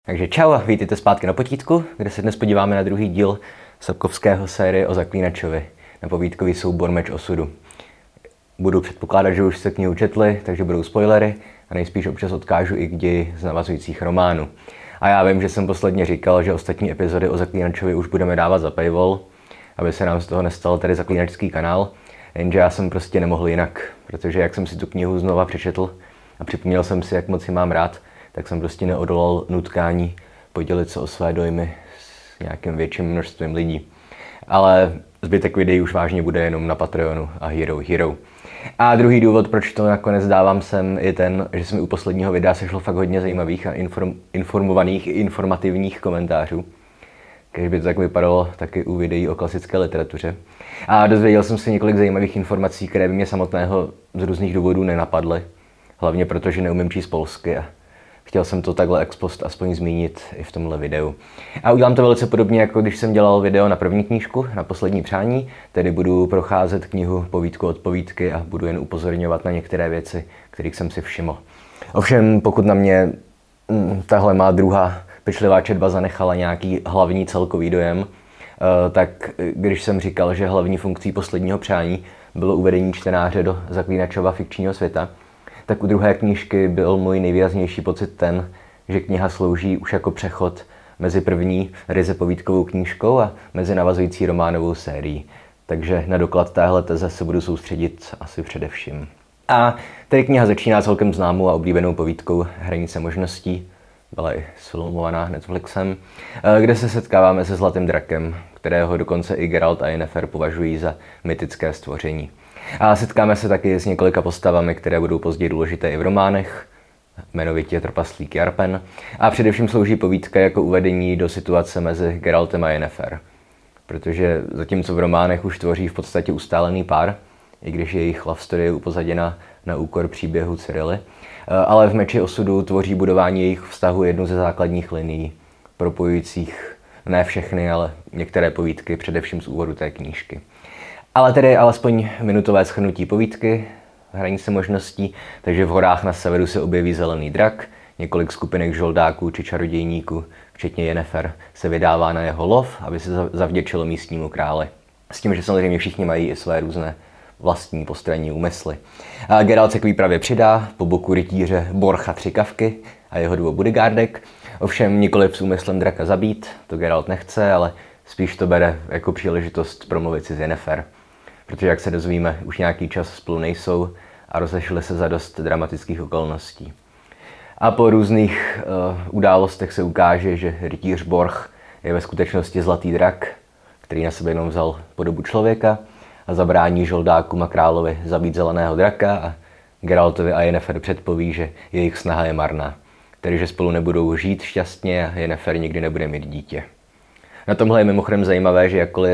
Takže čau a vítejte zpátky na potítku, kde se dnes podíváme na druhý díl Sapkovského série o Zaklínačovi, na povídkový soubor Meč osudu. Budu předpokládat, že už jste knihu četli, takže budou spoilery a nejspíš občas odkážu i k ději z navazujících románů. A já vím, že jsem posledně říkal, že ostatní epizody o Zaklínačovi už budeme dávat za paywall, aby se nám z toho nestal tady zaklínačský kanál, jenže já jsem prostě nemohl jinak, protože jak jsem si tu knihu znova přečetl a připomněl jsem si, jak moc ji mám rád, tak jsem prostě neodolal nutkání podělit se o své dojmy s nějakým větším množstvím lidí. Ale zbytek videí už vážně bude jenom na Patreonu a Hero. A druhý důvod, proč to nakonec dávám sem, je ten, že se mi u posledního videa sešlo fakt hodně zajímavých a informovaných i informativních komentářů. Když by to tak vypadalo taky u videí o klasické literatuře. A dozvěděl jsem si několik zajímavých informací, které by mě samotného z různých důvodů nenapadly. Hlavně proto, že neumím číst polsky a chtěl jsem to takhle ex post aspoň zmínit i v tomhle videu. A udělám to velice podobně, jako když jsem dělal video na první knížku, na poslední přání, tedy budu procházet knihu povídku od povídky a budu jen upozorňovat na některé věci, kterých jsem si všiml. Ovšem, pokud na mě tahle má druhá pečlivá četba zanechala nějaký hlavní celkový dojem, tak když jsem říkal, že hlavní funkcí posledního přání bylo uvedení čtenáře do Zaklínačova fikčního světa, tak u druhé knížky byl můj nejvýraznější pocit ten, že kniha slouží už jako přechod mezi první ryze povídkovou knížkou a mezi navazující románovou sérií. Takže na doklad téhle teze se budu soustředit asi především. A tedy kniha začíná celkem známou a oblíbenou povídkou Hranice možností, byla i sfilmovaná Netflixem, kde se setkáváme se Zlatým drakem, kterého dokonce i Geralt a Yennefer považují za mytické stvoření. A setkáme se taky s několika postavami, které budou později důležité i v románech, jmenovitě trpaslík Jarpen. A především slouží povídka jako uvedení do situace mezi Geraltem a Yennefer. Protože zatímco v románech už tvoří v podstatě ustálený pár, i když jejich love story je upozaděna na úkor příběhu Cyrily, ale v Meči osudu tvoří budování jejich vztahu jednu ze základních linií, propojujících ne všechny, ale některé povídky, především z úvodu té knížky. Ale tedy alespoň minutové shrnutí povídky, Hranice možností, takže v horách na severu se objeví zelený drak, několik skupinek žoldáků či čarodějníků, včetně Yennefer, se vydává na jeho lov, aby se zavděčilo místnímu králi. S tím, že samozřejmě všichni mají i své různé vlastní postranní úmysly. A Geralt se k výpravě přidá po boku rytíře Borcha Třikavky a jeho 2 bodyguardek, ovšem nikoliv s úmyslem draka zabít, to Geralt nechce, ale spíš to bere jako příležitost promluvit si s Yennefer. Protože, jak se dozvíme, už nějaký čas spolu nejsou a rozešli se za dost dramatických okolností. A po různých událostech se ukáže, že rytíř Borch je ve skutečnosti zlatý drak, který na sebe jenom vzal podobu člověka a zabrání žoldákům a královi zabít zeleného draka a Geraltovi a Yennefer předpoví, že jejich snaha je marná. Tedy, že spolu nebudou žít šťastně a Yennefer nikdy nebude mít dítě. Na tomhle je mimochodem zajímavé, že jakkoliv je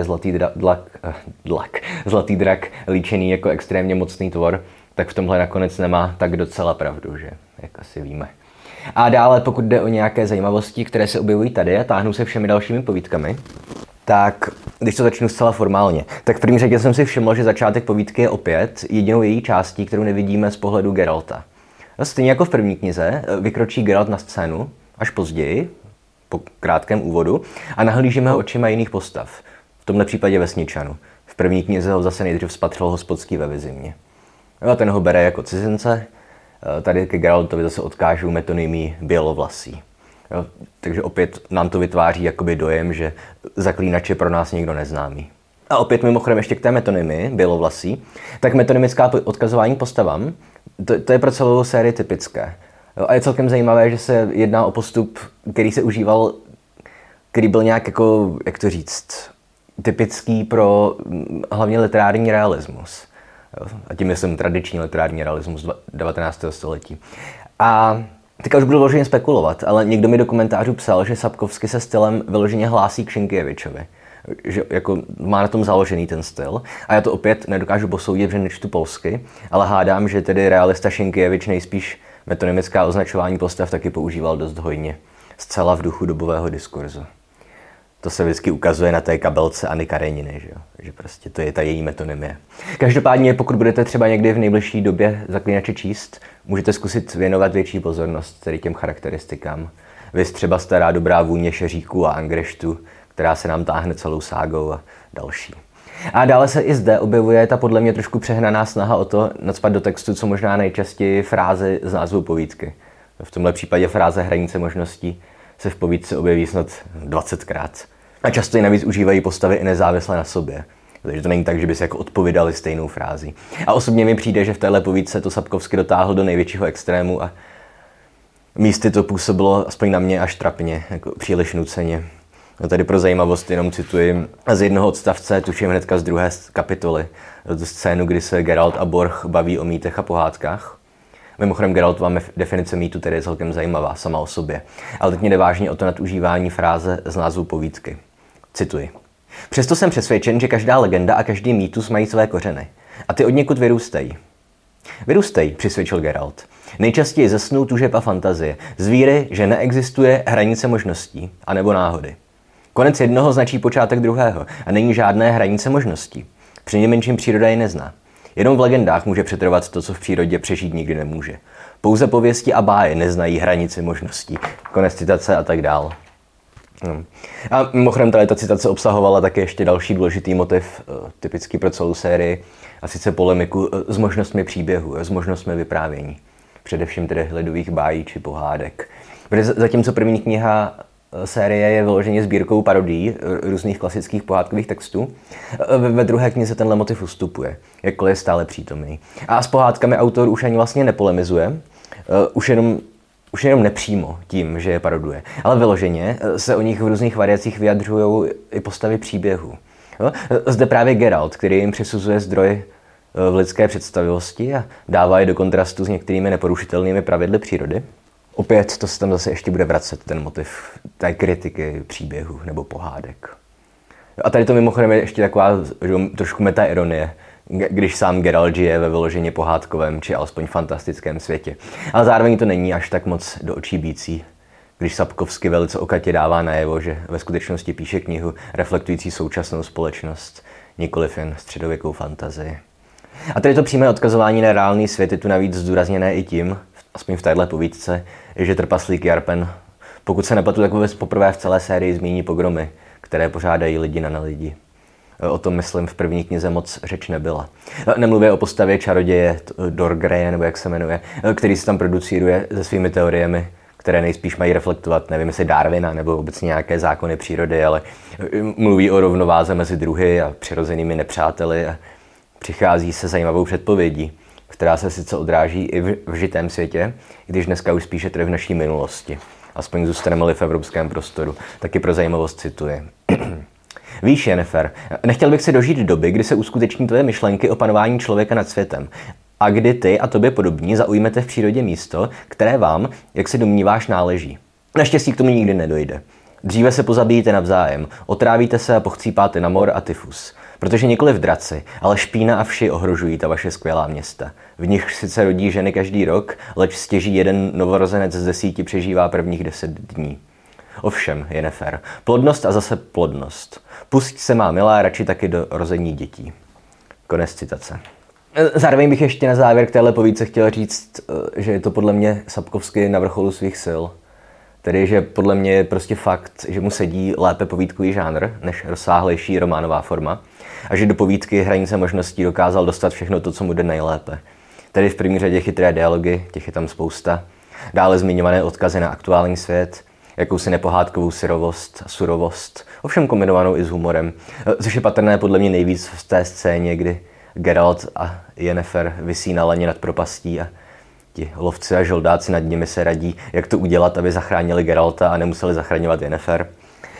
zlatý drak líčený jako extrémně mocný tvor, tak v tomhle nakonec nemá tak docela pravdu, že? Jak asi víme. A dále, pokud jde o nějaké zajímavosti, které se objevují tady a táhnou se všemi dalšími povídkami, tak když to začnu zcela formálně, tak v první řadě jsem si všiml, že začátek povídky je opět jedinou její částí, kterou nevidíme z pohledu Geralta. Stejně jako v první knize vykročí Geralt na scénu až později, po krátkém úvodu, a nahlížíme ho očima jiných postav. V tomhle případě vesničanů. V první knize ho zase nejdřív spatřil hospodský ve Vizimě. A ten ho bere jako cizince, tady ke Geraltovi zase odkážu metonymí Bělovlasý. Jo, takže opět nám to vytváří jakoby dojem, že Zaklínač je pro nás někdo neznámý. A opět mimochodem ještě k té metonymii Bělovlasý, tak metonymická odkazování postavám, to je pro celou sérii typické. A je celkem zajímavé, že se jedná o postup, který se užíval, který byl nějak jako, jak to říct, typický pro hlavně literární realismus. A tím myslím tradiční literární realismus 19. století. A teďka už budu vyloženě spekulovat, ale někdo mi do komentářů psal, že Sapkovsky se stylem vyloženě hlásí k Sienkiewiczovi. Že jako má na tom založený ten styl. A já to opět nedokážu posoudit, že nečtu polsky, ale hádám, že tedy realista Sienkiewicz nejspíš metonymická označování postav taky používal dost hojně. Zcela v duchu dobového diskurzu. To se vždycky ukazuje na té kabelce Anny Kareniny, že prostě to je ta její metonymie. Každopádně, pokud budete třeba někdy v nejbližší době Zaklínače číst, můžete zkusit věnovat větší pozornost tedy těm charakteristikám. Viz třeba stará dobrá vůně šeříků a angreštu, která se nám táhne celou ságou a další. A dále se i zde objevuje ta podle mě trošku přehnaná snaha o to nacpat do textu co možná nejčastěji fráze z názvu povídky. V tomhle případě fráze hranice možností se v povídce objeví snad 20krát. A často ji navíc užívají postavy i nezávisle na sobě. Takže to není tak, že by si jako odpovídali stejnou frází. A osobně mi přijde, že v téhle povídce to Sapkovský dotáhl do největšího extrému a místy to působilo, aspoň na mě, až trapně, jako příliš nuceně. No tady pro zajímavost jenom cituji z jednoho odstavce, tuším hnedka z 2. kapitoly, tu scénu, kdy se Geralt a Borch baví o mýtech a pohádkách. Mimochodem Geraltova definice mýtu tedy je celkem zajímavá sama o sobě. Ale teď mě jde vážně o to nadužívání fráze z názvu povídky. Cituji. Přesto jsem přesvědčen, že každá legenda a každý mýtus mají své kořeny. A ty odněkud vyrůstají. Vyrůstají, přisvědčil Geralt. Nejčastěji ze snů, tužeb a fantazie. Z víry, že neexistuje hranice možností, anebo náhody. Konec jednoho značí počátek druhého a není žádné hranice možností. Přinejmenším příroda ji nezná. Jenom v legendách může přetrvat to, co v přírodě přežít nikdy nemůže. Pouze pověsti a báje neznají hranice možností. Konec citace a tak dál. A mimochodem ta citace obsahovala také ještě další důležitý motiv, typický pro celou sérii, a sice polemiku s možnostmi příběhu, s možnostmi vyprávění. Především tedy lidových bájí či pohádek. Protože zatímco první kniha série je vyloženě sbírkou parodií různých klasických pohádkových textů, ve druhé knize tenhle motiv ustupuje, jakkoliv je stále přítomný. A s pohádkami autor už ani vlastně nepolemizuje, už jenom nepřímo tím, že je paroduje. Ale vyloženě se o nich v různých variacích vyjadřují i postavy příběhů. Zde právě Geralt, který jim přisuzuje zdroj v lidské představivosti a dává je do kontrastu s některými neporušitelnými pravidly přírody. Opět to se tam zase ještě bude vracet, ten motiv té kritiky příběhu nebo pohádek. A tady to mimochodem je ještě taková trošku meta-ironie, když sám Geralt žije ve vyloženě pohádkovém či alespoň fantastickém světě. Ale zároveň to není až tak moc do očí bící, když Sapkovský velice okatě dává najevo, že ve skutečnosti píše knihu reflektující současnou společnost, nikoliv jen středověkou fantazii. A tady to přímé odkazování na reálný svět je tu navíc zdůrazněné i tím, aspoň v téhle povídce, že trpaslík Jarpen, pokud se nepletu, tak vůbec poprvé v celé sérii zmíní pogromy, které pořádají lidi na lidi. O tom, myslím, v první knize moc řeč nebyla. Nemluvě o postavě čaroděje Dorgreje, nebo jak se jmenuje, který se tam producíruje se svými teoriemi, které nejspíš mají reflektovat, nevím, jestli Darwina nebo obecně nějaké zákony přírody, ale mluví o rovnováze mezi druhy a přirozenými nepřáteli a přichází se zajímavou předpovědí, která se sice odráží i v žitém světě, když dneska už spíše tedy v naší minulosti. Aspoň zůstaneme-li v evropském prostoru. Taky pro zajímavost cituje. Víš, Yennefer, nechtěl bych si dožít doby, kdy se uskuteční tvoje myšlenky o panování člověka nad světem. A kdy ty a tobě podobní zaujmete v přírodě místo, které vám, jak se domníváš, náleží. Naštěstí k tomu nikdy nedojde. Dříve se pozabíjíte navzájem, otrávíte se a pochcípáte na mor a tyfus. Protože nikoliv draci, ale špína a vši ohrožují ta vaše skvělá města. V nich sice rodí ženy každý rok, leč stěží jeden novorozenec z 10 přežívá prvních 10 dní. Ovšem, Yennefer, plodnost a zase plodnost. Pusť se, má milá, radši taky do rození dětí. Konec citace. Zároveň bych ještě na závěr k téhle povídce chtěl říct, že je to podle mě Sapkovský na vrcholu svých sil. Tedy, že podle mě je prostě fakt, že mu sedí lépe povídkový žánr, než rozsáhlejší románová forma, a že do povídky Hranice možností dokázal dostat všechno to, co mu jde nejlépe. Tedy v první řadě chytré dialogy, těch je tam spousta, dále zmiňované odkazy na aktuální svět, jakousi nepohádkovou syrovost a surovost, ovšem kombinovanou i s humorem, což je patrné podle mě nejvíc v té scéně, kdy Geralt a Yennefer visí na laně nad propastí a ti lovci a žoldáci nad nimi se radí, jak to udělat, aby zachránili Geralta a nemuseli zachraňovat Yennefer.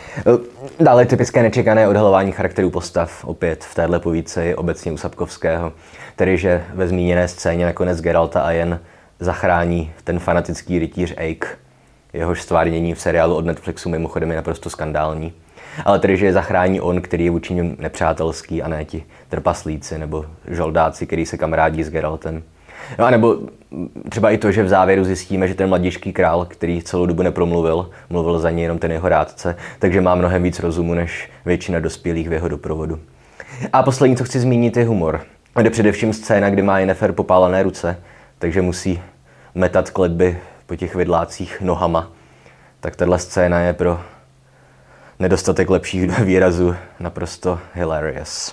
Dále typické nečekané odhalování charakterů postav, opět v téhle povídce je obecně u Sapkovského, tedy že ve zmíněné scéně nakonec Geralta a Yen zachrání ten fanatický rytíř Eik. Jehož stvárnění v seriálu od Netflixu mimochodem je naprosto skandální. Ale tedy, že je zachrání on, který je vůči něm nepřátelský, a ne ti trpaslíci nebo žoldáci, který se kamarádí s Geraltem. No a nebo třeba i to, že v závěru zjistíme, že ten mladíčký král, který celou dobu nepromluvil, mluvil za něj jenom ten jeho rádce, takže má mnohem víc rozumu než většina dospělých v jeho doprovodu. A poslední, co chci zmínit, je humor. Jde především scéna, kdy má Yennefer popálené ruce, takže musí metat kletby po těch vidlácích nohama. tak tahle scéna je pro nedostatek lepších výrazů naprosto hilarious.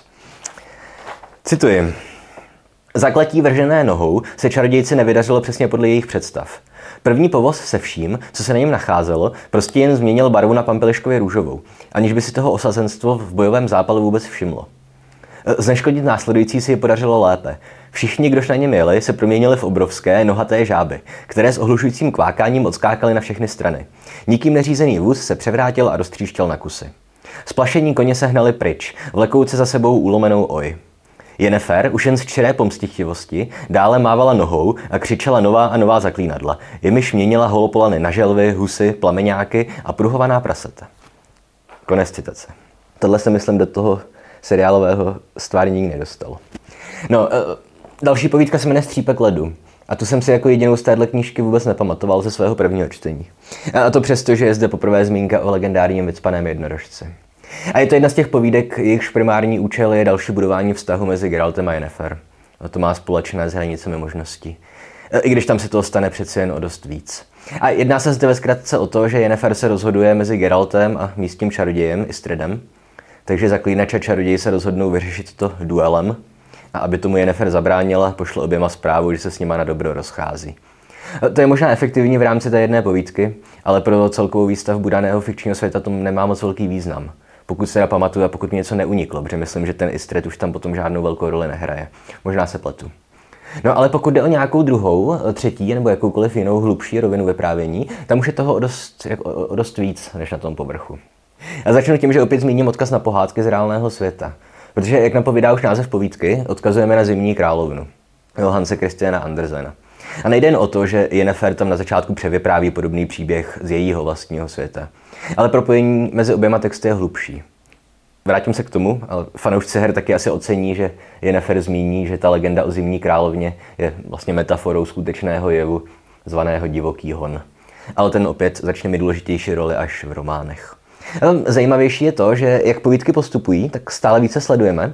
Cituji. Zakletí vržené nohou se čarodějci nevydařilo přesně podle jejich představ. První povoz se vším, co se na něm nacházelo, prostě jen změnil barvu na pampeliškově růžovou, aniž by si toho osazenstvo v bojovém zápalu vůbec všimlo. Zneškodit následující si je podařilo lépe. Všichni, kdož na něm jeli, se proměnili v obrovské, nohaté žáby, které s ohlušujícím kvákáním odskákaly na všechny strany. Nikým neřízený vůz se převrátil a roztříštěl na kusy. Splašení koně se hnali pryč, vlekouce za sebou ulomenou oj. Yennefer, už jen z čiré pomstychtivosti, dále mávala nohou a křičela nová a nová zaklínadla, jimiž měnila holopolany na želvy, husy, plameňáky a pruhovaná prasata. Konec citace. Tohle se, myslím, do toho seriálového stvárnění nedostalo. No, další povídka se jmenuje Střípek ledu. A tu jsem si jako jedinou z téhle knížky vůbec nepamatoval ze svého prvního čtení. A to přesto, že je zde poprvé zmínka o legendárním vycpaném jednorožci. A je to jedna z těch povídek, jejichž primární účel je další budování vztahu mezi Geraltem a Yennefer. A to má společné s hranicemi možností. I když tam se toho stane přeci jen o dost víc. A jedná se zde ve zkratce o to, že Yennefer se rozhoduje mezi Geraltem a místním čarodějem Istredem. Takže zaklínač a čaroděj se rozhodnou vyřešit to duelem. A aby tomu Yennefer zabránila, pošle oběma zprávu, že se s nima na dobro rozchází. To je možná efektivní v rámci té jedné povídky, ale pro celkovou výstavbu daného fikčního světa to nemá moc velký význam. Pokud se já pamatuju a pokud mi něco neuniklo, protože myslím, že ten Istred už tam potom žádnou velkou roli nehraje. Možná se pletu. No ale pokud jde o nějakou druhou, třetí nebo jakoukoliv jinou hlubší rovinu vyprávění, tam už je toho o dost víc než na tom povrchu. A začnu tím, že opět zmíním odkaz na pohádky z reálného světa. Protože, jak napovídá už název povídky, odkazujeme na Zimní královnu Hanse Christiana Andersena. A nejde jen o to, že Yennefer tam na začátku převypráví podobný příběh z jejího vlastního světa. Ale propojení mezi oběma texty je hlubší. Vrátím se k tomu, ale fanoušci her taky asi ocení, že Yennefer zmíní, že ta legenda o Zimní královně je vlastně metaforou skutečného jevu zvaného divoký hon. Ale ten opět začne mít důležitější roli až v románech. Zajímavější je to, že jak povídky postupují, tak stále více sledujeme,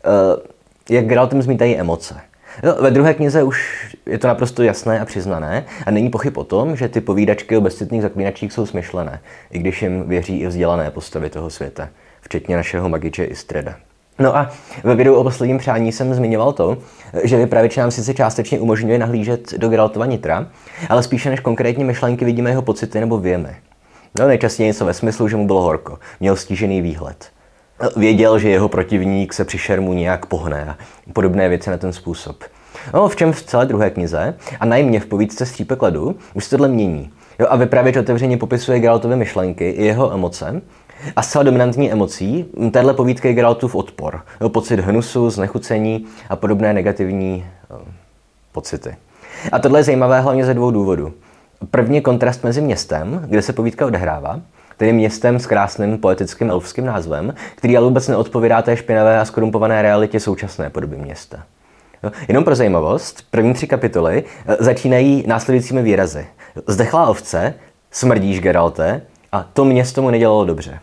jak Geraltem zmítají emoce. Ve druhé knize už je to naprosto jasné a přiznané a není pochyb o tom, že ty povídačky o bezcitných zaklínačích jsou smyšlené, i když jim věří i vzdělané postavy toho světa, včetně našeho magiče Istreda. No a ve videu o posledním přání jsem zmiňoval to, že vypravěč nám sice částečně umožňuje nahlížet do Geraltova nitra, ale spíše než konkrétní myšlenky vidíme jeho pocity nebo věmy. No, nejčastěji něco ve smyslu, že mu bylo horko, měl stížený výhled. Věděl, že jeho protivník se při šermu nějak pohne a podobné věci na ten způsob. No, v čem v celé druhé knize a najmě v povídce Střípek ledu už se tohle mění. Jo, a vypravěč otevřeně popisuje Geraltovy myšlenky i jeho emoce. A zcela dominantní emocí téhle povídky je Geraltův odpor. Jo, pocit hnusu, znechucení a podobné negativní pocity. A tohle je zajímavé hlavně ze dvou důvodů. První kontrast mezi městem, kde se povídka odehrává, tedy městem s krásným poetickým elfským názvem, který ale vůbec neodpovídá té špinavé a skorumpované realitě současné podoby města. Jenom pro zajímavost, první 3 kapitoly začínají následujícími výrazy. Zdechlá ovce, smrdíš Geralte a to město mu nedělalo dobře.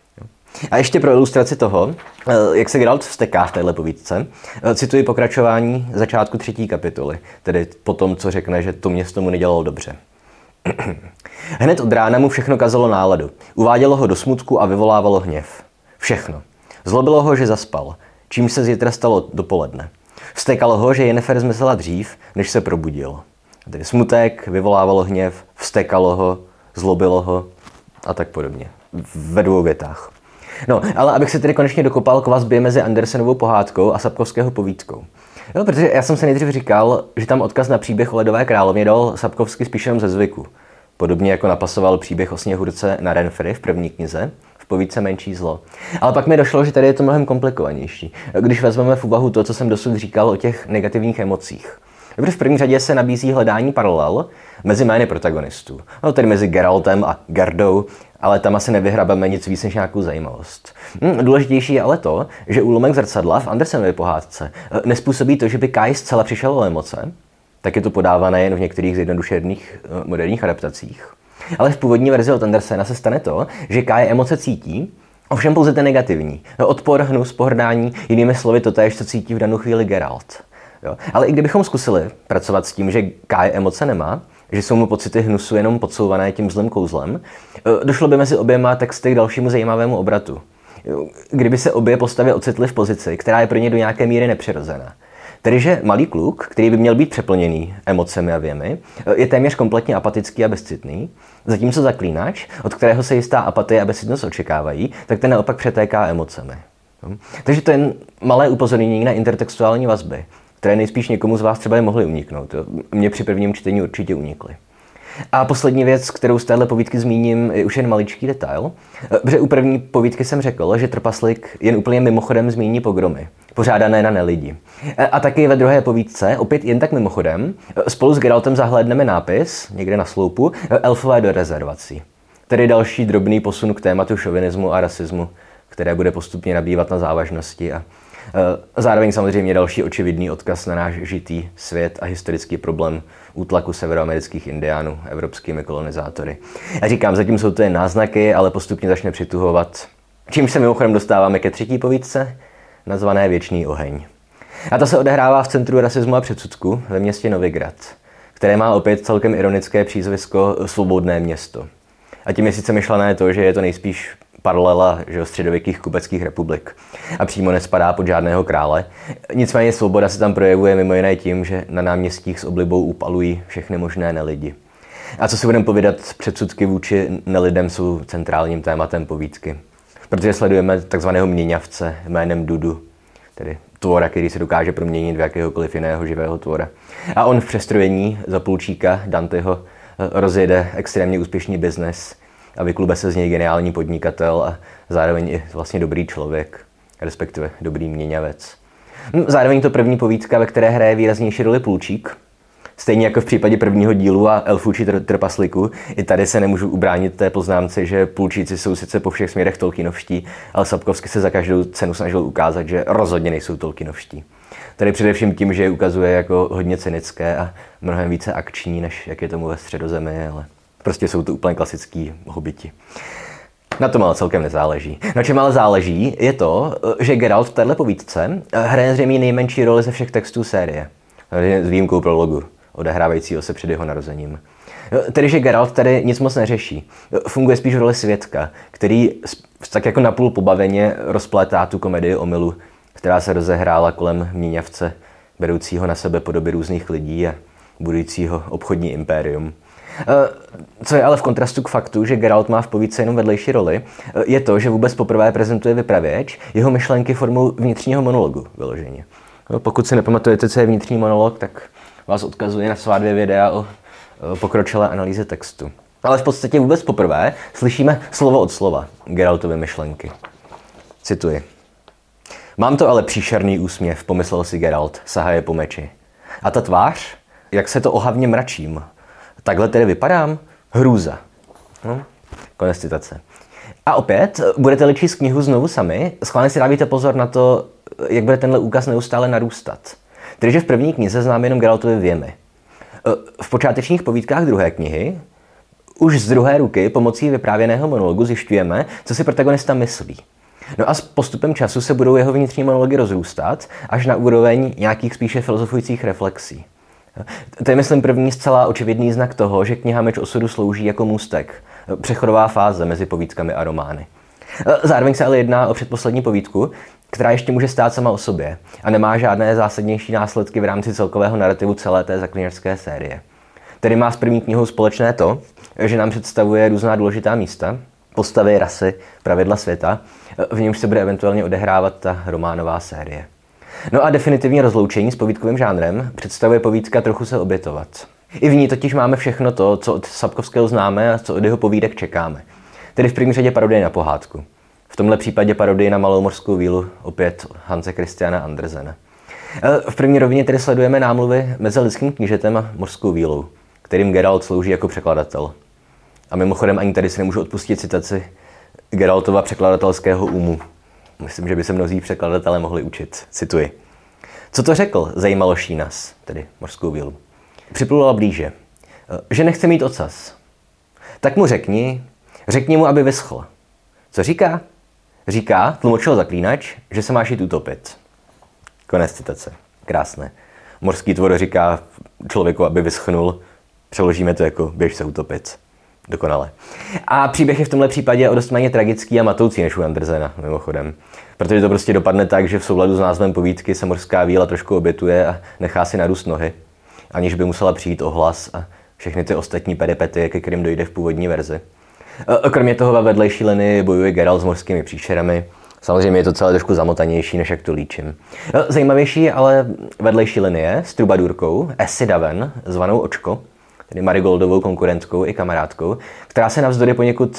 A ještě pro ilustraci toho, jak se Geralt vzteká v téhle povídce, cituji pokračování začátku 3. kapitoly, tedy po tom, co řekne, že to město mu nedělalo dobře. Hned od rána mu všechno kazalo náladu. Uvádělo ho do smutku a vyvolávalo hněv. Všechno. Zlobilo ho, že zaspal, čímž se zítra stalo dopoledne. Vztekalo ho, že Yennefer zmizela dřív, než se probudil. Tedy smutek, vyvolávalo hněv, vztekalo ho, zlobilo ho a tak podobně. Ve 2 větách. No, ale abych se tedy konečně dokopal k vazbě mezi Andersenovou pohádkou a Sapkovského povídkou. No, protože já jsem se nejdřív říkal, že tam odkaz na příběh o ledové královně dal Sapkovsky spíš jenom ze zvyku. Podobně jako napasoval příběh o Sněhurce na Renfri v první knize, v povídce Menší zlo. Ale pak mi došlo, že tady je to mnohem komplikovanější, když vezmeme v úvahu to, co jsem dosud říkal o těch negativních emocích. V první řadě se nabízí hledání paralel mezi jmény protagonistů, no, tedy mezi Geraltem a Gerdou, ale tam asi nevyhrabeme nic víc než nějakou zajímavost. Důležitější je ale to, že úlomek zrcadla v Andersenově pohádce nespůsobí to, že by Kai zcela přišel o emoce, tak je to podávané jen v některých zjednodušených moderních adaptacích. Ale v původní verzi od Andersena se stane to, že Kai emoce cítí, ovšem pouze ten negativní. Odpor, hnus, pohrdání, jinými slovy totéž, co cítí v danou chvíli Geralt. Jo. Ale i kdybychom zkusili pracovat s tím, že Kai emoce nemá, že jsou mu pocity hnusu jenom podsouvané tím zlým kouzlem, došlo by mezi oběma texty k dalšímu zajímavému obratu. Kdyby se obě postavy ocitly v pozici, která je pro ně do nějaké míry nepřirozená. Tedy, že malý kluk, který by měl být přeplněný emocemi a věmi, je téměř kompletně apatický a bezcitný, zatímco zaklínač, od kterého se jistá apatie a bezcitnost očekávají, tak ten naopak přetéká emocemi. Takže to je jen malé upozornění na intertextuální vazby, které nejspíš někomu z vás třeba mohly uniknout. Mně při prvním čtení určitě unikly. A poslední věc, kterou z téhle povídky zmíním, je už jen maličký detail. Protože u první povídky jsem řekl, že trpaslík jen úplně mimochodem zmíní pogromy, pořádané na nelidi. A taky ve druhé povídce, opět jen tak mimochodem, spolu s Geraltem zahlédneme nápis, někde na sloupu, elfové do rezervací. Tedy další drobný posun k tématu šovinismu a rasismu, které bude postupně nabývat na závažnosti a zároveň samozřejmě další očividný odkaz na náš žitý svět a historický problém útlaku severoamerických indiánů evropskými kolonizátory. Já říkám, zatím jsou to jen náznaky, ale postupně začne přituhovat. Čímž se mimochodem dostáváme ke třetí povídce, nazvané Věčný oheň. A ta se odehrává v centru rasismu a předsudku ve městě Novigrad, které má opět celkem ironické přízvisko Svobodné město. A tím je sice myšlené to, že je to nejspíš paralela středověkých kupeckých republik a přímo nespadá pod žádného krále. Nicméně svoboda se tam projevuje mimo jiné tím, že na náměstích s oblibou upalují všechny možné nelidi. A co si budeme povídat, předsudky vůči nelidem jsou centrálním tématem povídky. Protože sledujeme takzvaného měňavce jménem Dudu, tedy tvora, který se dokáže proměnit v jakéhokoliv jiného živého tvora. A on v přestrojení za půlčíka Danteho rozjede extrémně úspěšný biznes a vyklube se z něj geniální podnikatel a zároveň i vlastně dobrý člověk, respektive dobrý měňavec. Zároveň to první povídka, ve které hraje výraznější roli půlčík. Stejně jako v případě prvního dílu a elfů či trpaslíků, i tady se nemůžu ubránit té poznámce, že půlčíci jsou sice po všech směrech Tolkienovští, ale Sapkowski se za každou cenu snažil ukázat, že rozhodně nejsou Tolkienovští. Tady především tím, že je ukazuje jako hodně cynické a mnohem více akční, než jak je tomu ve Středozemi, ale prostě jsou to úplně klasický hobiti. Na tom ale celkem nezáleží. Na čem ale záleží, je to, že Geralt v této povídce hraje zřejmě nejmenší roli ze všech textů série. S výjimkou prologu, odehrávajícího se před jeho narozením. Tedy, že Geralt tady nic moc neřeší. Funguje spíš v roli svědka, který tak jako napůl pobaveně rozplétá tu komedii omylu, která se rozehrála kolem měňavce, beroucího na sebe podoby různých lidí a budujícího obchodní impérium. Co je ale v kontrastu k faktu, že Geralt má v povídce jenom vedlejší roli, je to, že vůbec poprvé prezentuje vypravěč jeho myšlenky formou vnitřního monologu vyloženě. Pokud si nepamatujete, co je vnitřní monolog, tak vás odkazuji na svá 2 videa o pokročilé analýze textu. Ale v podstatě vůbec poprvé slyšíme slovo od slova Geraltovy myšlenky. Cituji. Mám to ale příšerný úsměv, pomyslel si Geralt, sahaje po meči. A ta tvář? Jak se to ohavně mračím. Takhle tedy vypadám? Hrůza. Konec citace. A opět, budete-li číst knihu znovu sami, schválně si dávíte pozor na to, jak bude tenhle úkaz neustále narůstat. Tedy, že v první knize známe jenom Geraltovy věmy. V počátečních povídkách druhé knihy už z druhé ruky pomocí vyprávěného monologu zjišťujeme, co si protagonista myslí. No a s postupem času se budou jeho vnitřní monology rozrůstat až na úroveň nějakých spíše filozofujících reflexí. To je, myslím, první zcela očividný znak toho, že kniha Meč osudu slouží jako můstek, přechodová fáze mezi povídkami a romány. Zároveň se ale jedná o předposlední povídku, která ještě může stát sama o sobě a nemá žádné zásadnější následky v rámci celkového narrativu celé té zaklínačské série. Tedy má s první knihou společné to, že nám představuje různá důležitá místa, postavy, rasy, pravidla světa, v němž se bude eventuálně odehrávat ta románová série. No a definitivní rozloučení s povídkovým žánrem představuje povídka Trochu se obětovat. I v ní totiž máme všechno to, co od Sapkowského známe a co od jeho povídek čekáme. Tedy v první řadě parodie na pohádku. V tomhle případě parodie na Malou mořskou vílu opět Hanse Christiana Andersena. V první rovině tedy sledujeme námluvy mezi lidským knížetem a mořskou vílou, kterým Geralt slouží jako překladatel. A mimochodem ani tady si nemůžu odpustit citaci Geraltova překladatelského umu. Myslím, že by se mnozí překladatelé mohli učit. Cituji. Co to řekl, zajímalo Šínas, tedy mořskou vílu. Připlula blíže. Že nechce mít ocas. Tak mu řekni mu, aby vyschl. Co říká? Říká, tlumočil zaklínač, že se máš jít utopit. Konec citace. Krásné. Mořský tvor říká člověku, aby vyschnul, Přeložíme to jako běž se utopit. Dokonale. A příběh je v tomhle případě o dost méně tragický a matoucí než u Andersena, mimochodem. Protože to prostě dopadne tak, že v souladu s názvem povídky se mořská víla trošku obětuje a nechá si narůst nohy, aniž by musela přijít ohlas a všechny ty ostatní peripety, ke kterým dojde v původní verzi. Kromě toho ve vedlejší linii bojuje Geralt s mořskými příšerami. Samozřejmě je to celé trošku zamotanější, než jak to líčím. Zajímavější je ale vedlejší linie s trubadůrkou Essi Daven, zvanou Očko, tedy Marigoldovou konkurentkou i kamarádkou, která se navzdory poněkud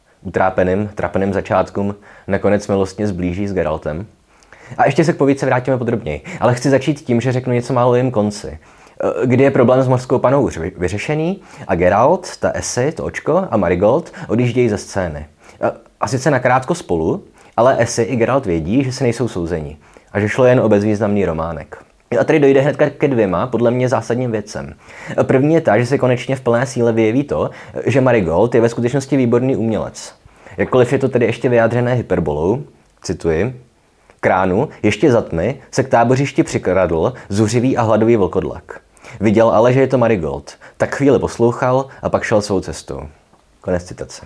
trapeným začátkům nakonec milostně zblíží s Geraltem. A ještě se k povídce vrátíme podrobněji, ale chci začít tím, že řeknu něco málo o jejím konci. Kdy je problém s mořskou panou už vyřešený a Geralt, ta Essi, to Očko a Marigold odjíždějí ze scény. A sice nakrátko spolu, ale Essi i Geralt vědí, že se nejsou souzeni a že šlo jen o bezvýznamný románek. A tady dojde hned ke dvěma, podle mě zásadním věcem. První je ta, že se konečně v plné síle vyjeví to, že Marigold je ve skutečnosti výborný umělec. Jakkoliv je to tedy ještě vyjádřené hyperbolou, cituji, Kránu, ještě za tmy, se k tábořišti přikradl zuřivý a hladový vlkodlak. Viděl ale, že je to Marigold, tak chvíli poslouchal a pak šel svou cestou. Konec citace.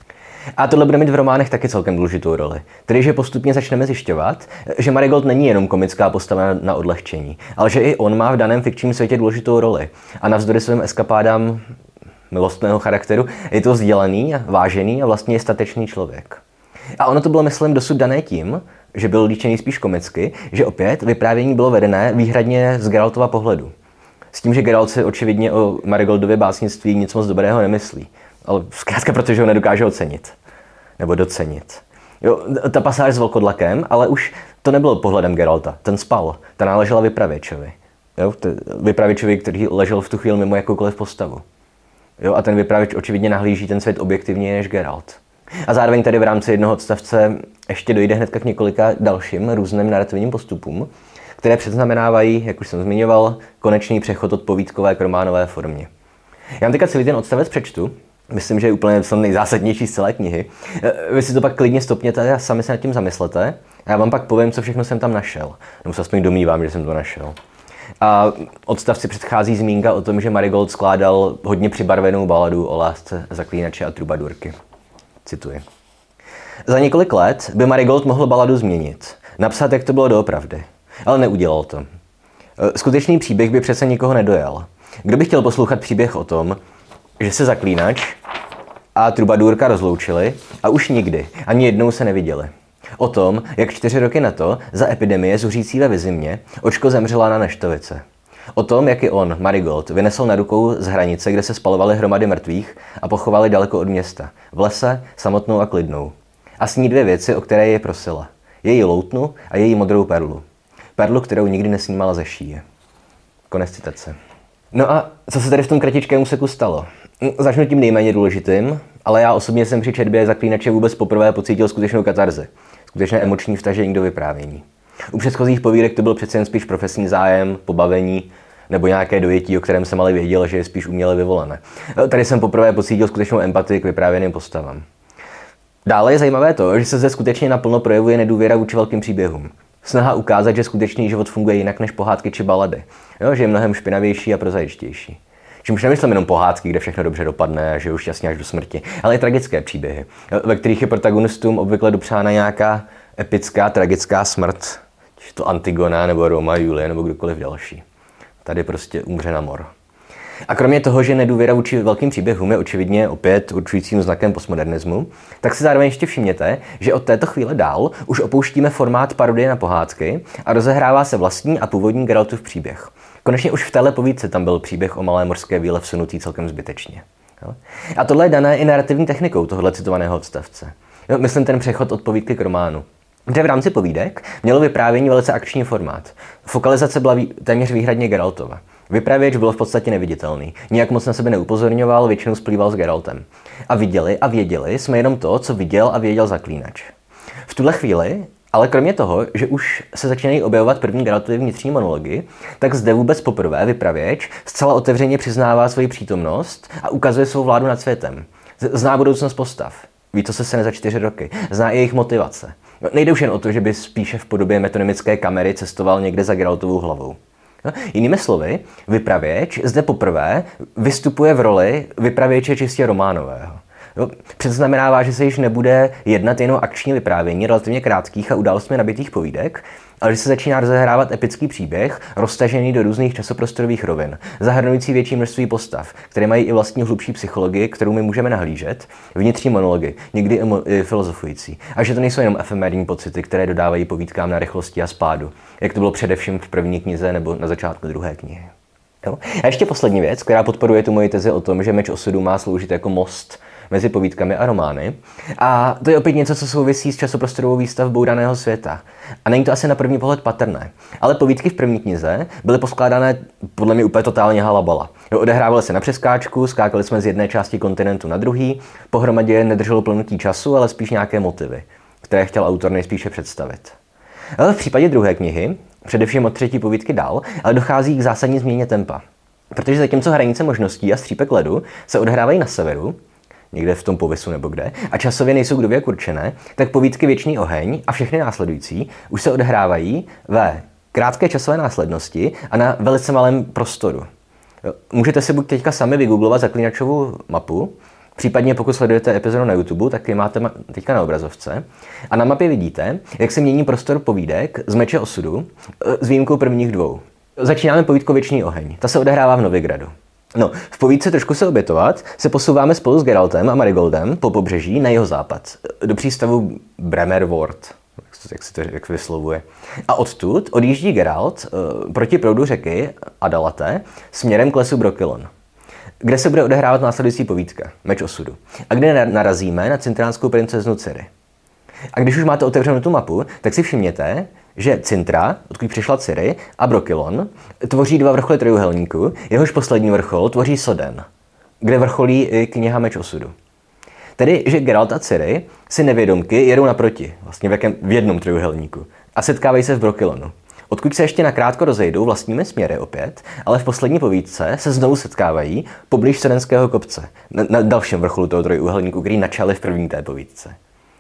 A tohle bude mít v románech taky celkem důležitou roli. Tedy, že postupně začneme zjišťovat, že Marigold není jenom komická postava na odlehčení, ale že i on má v daném fikčním světě důležitou roli. A navzdory svým eskapádám milostného charakteru je to vzdělaný, vážený a vlastně je statečný člověk. A ono to bylo, myslím, dosud dané tím, že byl líčený spíš komicky, že opět vyprávění bylo vedené výhradně z Geraltova pohledu. S tím, že Geralt si očividně o Marigoldově básnictví nic moc dobrého nemyslí. Ale zkrátka protože ho nedokáže ocenit. Nebo docenit. Jo, ta pasáž s vlkodlakem, ale už to nebylo pohledem Geralta. Ten spal. Ta náležela vypravěčovi. Jo, vypravěčovi, který ležel v tu chvíli mimo jakoukoliv postavu. Jo, a ten vypravěč očividně nahlíží ten svět objektivněji než Geralt. A zároveň tady v rámci jednoho odstavce ještě dojde hnedka k několika dalším různým narrativním postupům, které předznamenávají, jak už jsem zmiňoval, konečný přechod od povídkové k románové formě. Já vám teďka celý ten odstavec přečtu. Myslím, že je úplně nejzásadnější z celé knihy. Vy si to pak klidně stopněte a sami se nad tím zamyslete. A já vám pak povím, co všechno jsem tam našel. Nebo se aspoň domnívám, že jsem to našel. A odstavci předchází zmínka o tom, že Marigold skládal hodně přibarvenou baladu o lásce zaklínače a trubadurky. Cituji. Za několik let by Marigold mohl baladu změnit. Napsat, jak to bylo doopravdy. Ale neudělal to. Skutečný příběh by přece nikoho nedojal. Kdo by chtěl poslouchat příběh o tom, že se zaklínač a trubadůrka rozloučili a už nikdy, ani jednou se neviděli. O tom, jak 4 roky na to, za epidemie zuřící ve Vizimě, Očko zemřela na neštovice. O tom, jak i on, Marigold, vynesl na rukou z hranice, kde se spalovaly hromady mrtvých a pochovali daleko od města, v lese, samotnou a klidnou. A s ní 2 věci, o které je prosila. Její loutnu a její modrou perlu. Perlu, kterou nikdy nesnímala ze šíje. Konec citace. No a co se tady v tom kratičkém úseku stalo? Začnu tím nejméně důležitým, ale já osobně jsem při četbě Zaklínače vůbec poprvé pocítil skutečnou katarzi. Skutečné emoční vtažení do vyprávění. U předchozích povídek to byl přece jen spíš profesní zájem, pobavení nebo nějaké dojetí, o kterém jsem ale věděl, že je spíš uměle vyvolené. Tady jsem poprvé pocítil skutečnou empatii k vyprávěným postavám. Dále je zajímavé to, že se zde skutečně naplno projevuje nedůvěra vůči velkým příběhům. Snaha ukázat, že skutečný život funguje jinak než pohádky či balady. Jo, že je mnohem špinavější a prozaičtější. Čímž nemyslím jenom pohádky, kde všechno dobře dopadne a že už šťastně až do smrti, ale i tragické příběhy, ve kterých je protagonistům obvykle dopřána nějaká epická, tragická smrt. Či to Antigona nebo Roma, Julie nebo kdokoliv další. Tady prostě umře na mor. A kromě toho, že nedůvěra vůči velkým příběhům je očividně opět určujícím znakem postmodernismu, tak si zároveň ještě všimněte, že od této chvíle dál už opouštíme formát parodie na pohádky a rozehrává se vlastní a původní Geraltův příběh. Konečně už v téhle povídce tam byl příběh o malé mořské víle vsunutý celkem zbytečně. Jo? A tohle je dané i narrativní technikou tohoto citovaného odstavce. Jo, myslím ten přechod od povídky k románu. Kde v rámci povídek mělo vyprávění velice akční formát. Fokalizace byla téměř výhradně Geraltova. Vypravěč byl v podstatě neviditelný. Nijak moc na sebe neupozorňoval, většinou splýval s Geraltem. A viděli a věděli jsme jenom to, co viděl a věděl Zaklínač. V tuhle chvíli, ale kromě toho, že už se začínají objevovat první Geraltovy vnitřní monology, tak zde vůbec poprvé vypravěč zcela otevřeně přiznává svoji přítomnost a ukazuje svou vládu nad světem. Zná budoucnost postav. Ví, co se stane za 4 roky. Zná i jejich motivace. Nejde už jen o to, že by spíše v podobě metonymické kamery cestoval někde za Geraltovou hlavou. No, jinými slovy, vypravěč zde poprvé vystupuje v roli vypravěče čistě románového. Předznamenává, že se již nebude jednat jen o akční vyprávění relativně krátkých a událostmi nabitých povídek, ale že se začíná rozehrávat epický příběh, roztažený do různých časoprostorových rovin, zahrnující větší množství postav, které mají i vlastní hlubší psychologii, kterou my můžeme nahlížet, vnitřní monology, někdy i filozofující. A že to nejsou jenom efemérní pocity, které dodávají povídkám na rychlosti a spádu, jak to bylo především v první knize nebo na začátku druhé knihy. Jo? A ještě poslední věc, která podporuje tu moji tezi o tom, že Meč osudu má sloužit jako most mezi povídkami a romány. A to je opět něco, co souvisí s časoprostorovou výstavbou daného světa. A není to asi na první pohled patrné. Ale povídky v první knize byly poskládané podle mě úplně totálně halabala. Odehrávaly se na přeskáčku, skákali jsme z jedné části kontinentu na druhý, pohromadě nedrželo plnutí času, ale spíš nějaké motivy, které chtěl autor nejspíše představit. Ale v případě druhé knihy, především od třetí povídky dál, ale dochází k zásadní změně tempa. Protože zatímco hranice možností a střípek ledu se odehrávají na severu, někde v tom povisu nebo kde, a časově nejsou kdověk určené, tak povídky Věčný oheň a všechny následující už se odehrávají ve krátké časové následnosti a na velice malém prostoru. Můžete si buď teďka sami vygooglovat Zaklínačovu mapu, případně pokud sledujete epizodu na YouTube, tak ji máte teďka na obrazovce. A na mapě vidíte, jak se mění prostor povídek z Meče osudu s výjimkou prvních dvou. Začínáme povídkou Věčný oheň. Ta se odehrává v Novigradu. No, v povídce Trošku se obětovat se posouváme spolu s Geraltem a Marigoldem po pobřeží na jihozápad, do přístavu Bremerword, jak se to vyslovuje. A odtud odjíždí Geralt proti proudu řeky Adalate směrem k lesu Brokilon, kde se bude odehrávat následující povídka, Meč osudu, a kde narazíme na cintránskou princeznu Ciri. A když už máte otevřenou tu mapu, tak si všimněte, že Cintra, odkud přišla Ciri, a Brokilon tvoří dva vrcholy trojúhelníku, jehož poslední vrchol tvoří Soden, kde vrcholí i kniha Meč osudu. Tedy, že Geralt a Ciri si nevědomky jedou naproti, vlastně v jednom trojúhelníku, a setkávají se v Brokilonu. Odkud se ještě nakrátko rozejdou vlastními směry opět, ale v poslední povídce se znovu setkávají poblíž Sodenského kopce, na dalším vrcholu toho trojúhelníku, který načali v první té povídce.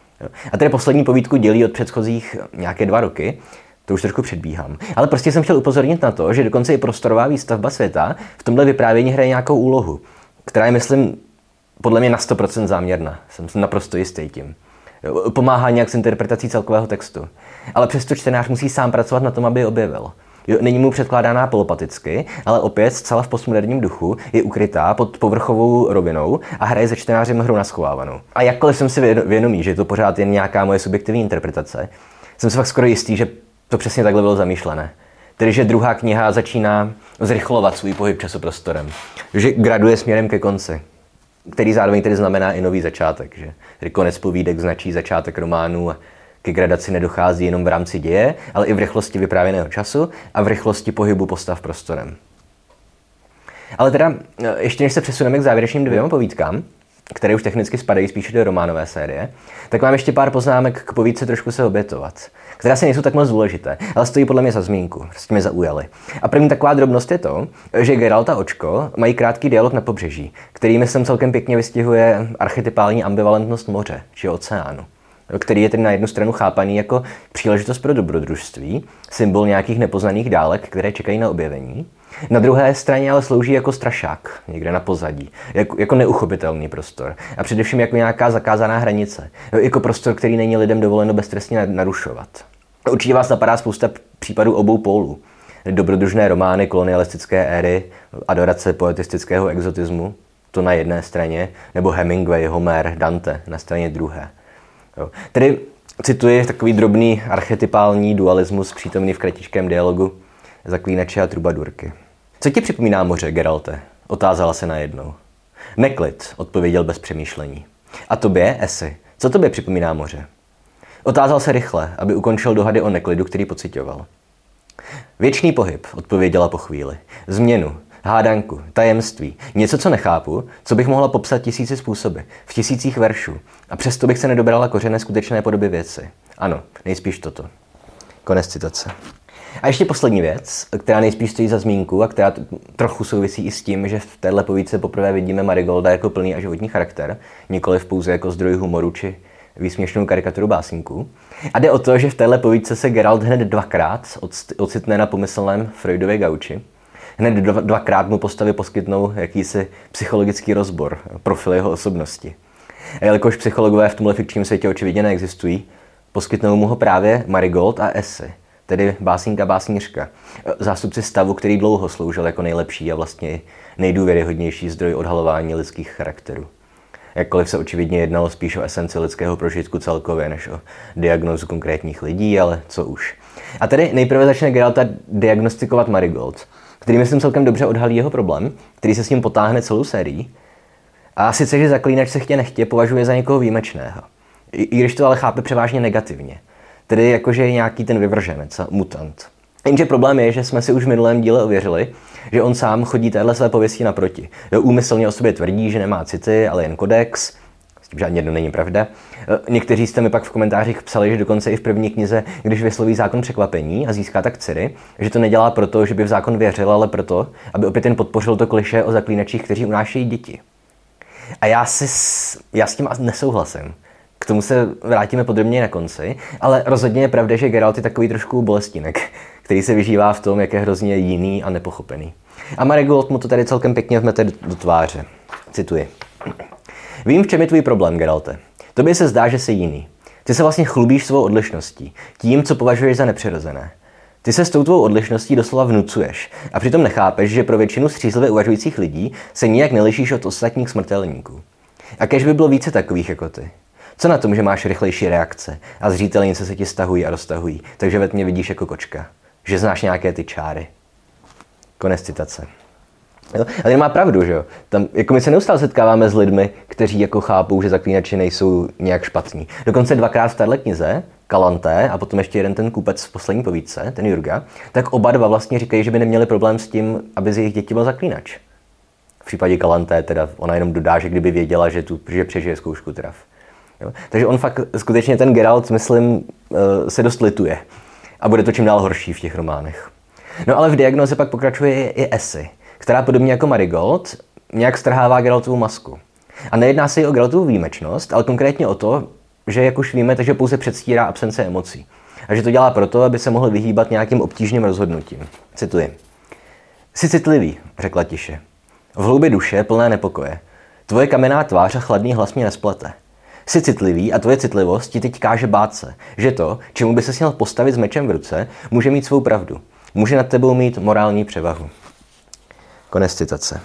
A tedy poslední povídku dělí od předchozích nějaké 2 roky, to už trošku předbíhám. Ale prostě jsem chtěl upozornit na to, že dokonce i prostorová výstavba světa v tomhle vyprávění hraje nějakou úlohu, která je, myslím, podle mě na 100% záměrná. Jsem naprosto jistý tím. Pomáhá nějak s interpretací celkového textu. Ale přesto čtenář musí sám pracovat na tom, aby ji objevil. Není mu předkládaná polopaticky, ale opět zcela v postmoderním duchu je ukrytá pod povrchovou rovinou a hraje se čtenářem hru naschovávanou. A jakkoliv jsem si vědomý, že je to pořád jen nějaká moje subjektivní interpretace, jsem si fakt skoro jistý, že to přesně takhle bylo zamýšlené. Tedy, že druhá kniha začíná zrychlovat svůj pohyb časoprostorem. Že graduje směrem ke konci, který zároveň tedy znamená i nový začátek. Že? Tedy konec povídek značí začátek románu a ke gradaci nedochází jenom v rámci děje, ale i v rychlosti vyprávěného času a v rychlosti pohybu postav prostorem. Ale teda, ještě než se přesuneme k závěrečným 2 povídkám, které už technicky spadají spíše do románové série, tak mám ještě pár poznámek k povídce Trošku se obětovat, které asi nejsou tak moc důležité, ale stojí podle mě za zmínku, prostě mě zaujaly. A první taková drobnost je to, že Geralt a Očko mají krátký dialog na pobřeží, který myslím celkem pěkně vystihuje archetypální ambivalentnost moře či oceánu, který je tedy na jednu stranu chápaný jako příležitost pro dobrodružství, symbol nějakých nepoznaných dálek, které čekají na objevení. Na druhé straně ale slouží jako strašák, někde na pozadí, jako neuchopitelný prostor a především jako nějaká zakázaná hranice, jako prostor, který není lidem dovoleno beztrestně narušovat. Určitě vás napadá spousta případů obou pólů. Dobrodružné romány kolonialistické éry, adorace poetistického exotismu, to na jedné straně, nebo Hemingway, Homer, Dante na straně druhé. Jo. Tedy cituji takový drobný archetypální dualismus přítomný v kratičkém dialogu Zaklínače a trubadurky. Co ti připomíná moře, Geralte? Otázala se najednou. Neklid, odpověděl bez přemýšlení. A tobě, Esi, co tobě připomíná moře? Otázal se rychle, aby ukončil dohady o neklidu, který pocitoval. Věčný pohyb, odpověděla po chvíli. Změnu, hádanku, tajemství, něco, co nechápu, co bych mohla popsat 1000 způsoby, v 1000 veršů, a přesto bych se nedobrala kořené skutečné podoby věci. Ano, nejspíš toto. Konec citace. A ještě poslední věc, která nejspíš stojí za zmínku a která trochu souvisí i s tím, že v téhle povídce poprvé vidíme Marigolda jako plný a životní charakter, nikoliv pouze jako zdroj humoru či výsměšnou karikaturu básníků. A jde o to, že v téhle povídce se Geralt hned dvakrát ocitne na pomyslném Freudově gauči. Hned dvakrát mu postavy poskytnou jakýsi psychologický rozbor, profil jeho osobnosti. A jelikož psychologové v tomhle fikčním světě očividně neexistují, poskytnou mu ho právě Marigold a Esy, tedy básník a básnířka, zástupci stavu, který dlouho sloužil jako nejlepší a vlastně nejdůvěryhodnější zdroj odhalování lidských charakterů. Jakkoliv se očividně jednalo spíš o esenci lidského prožitku celkově, než o diagnózu konkrétních lidí, ale co už. A tedy nejprve začne Geralta diagnostikovat Marigold, který myslím celkem dobře odhalí jeho problém, který se s ním potáhne celou sérii. A sice, že zaklínač se chtě nechtě považuje za někoho výjimečného. I když to ale chápe převážně negativně. Tedy jakože je nějaký ten vyvrženec a mutant. Jenže problém je, že jsme si už v minulém díle ověřili, že on sám chodí téhle své pověsti naproti. Úmyslně o sobě tvrdí, že nemá city, ale jen kodex. S tím žádně jedno není pravda. Někteří jste mi pak v komentářích psali, že dokonce i v první knize, když vysloví zákon překvapení a získá tak Ciri, že to nedělá proto, že by v zákon věřil, ale proto, aby opět jen podpořil to klišé o zaklínačích, kteří unášejí děti. A já s tím nesouhlasím. K tomu se vrátíme podrobněji na konci, ale rozhodně je pravda, že Geralt je takový trošku bolestinek, který se vyžívá v tom, jak je hrozně jiný a nepochopený. A Marigold mu to tady celkem pěkně vmete do tváře. Cituji. Vím, v čem je tvůj problém, Geralte. Tobě se zdá, že jsi jiný. Ty se vlastně chlubíš svou odlišností, tím, co považuješ za nepřirozené. Ty se s tou tvou odlišností doslova vnucuješ a přitom nechápeš, že pro většinu střízlivě uvažujících lidí se nijak nelišíš od ostatních smrtelníků. A kéž by bylo více takových jako ty. Co na tom, že máš rychlejší reakce a zřetelnice se ti stahují a roztahují, takže ve tmě vidíš jako kočka. Že znáš nějaké ty čáry. Konec citace. Jo? A ten má pravdu, že jo? Tam, jako my se neustále setkáváme s lidmi, kteří jako chápou, že zaklínači nejsou nějak špatní. Dokonce dvakrát v téhle knize, Kalanté a potom ještě jeden ten kupec v poslední povídce, ten Jurga, tak oba dva vlastně říkají, že by neměli problém s tím, aby z jejich dětí byl zaklínač. V případě Kalanté teda ona jenom dodá, že kdyby věděla, že přežije zkoušku traf. Jo? Takže on fakt skutečně ten Geralt, myslím, se dost lituje. A bude to čím dál horší v těch románech. No ale v diagnoze pak pokračuje i Esy, která podobně jako Marigold nějak strhává Geraltovu masku. A nejedná se jí o Geraltovu výjimečnost, ale konkrétně o to, že jak už víme, takže pouze předstírá absence emocí. A že to dělá proto, aby se mohl vyhýbat nějakým obtížným rozhodnutím. Cituji. Jsi citlivý, řekla tiše. V hloubi duše plné nepokoje. Tvoje kamenná tvář a chladný hlas mě nesplete. Jsi citlivý a tvoje citlivost ti teď káže bát se, že to, čemu by se měl postavit s mečem v ruce, může mít svou pravdu. Může nad tebou mít morální převahu. Konec citace.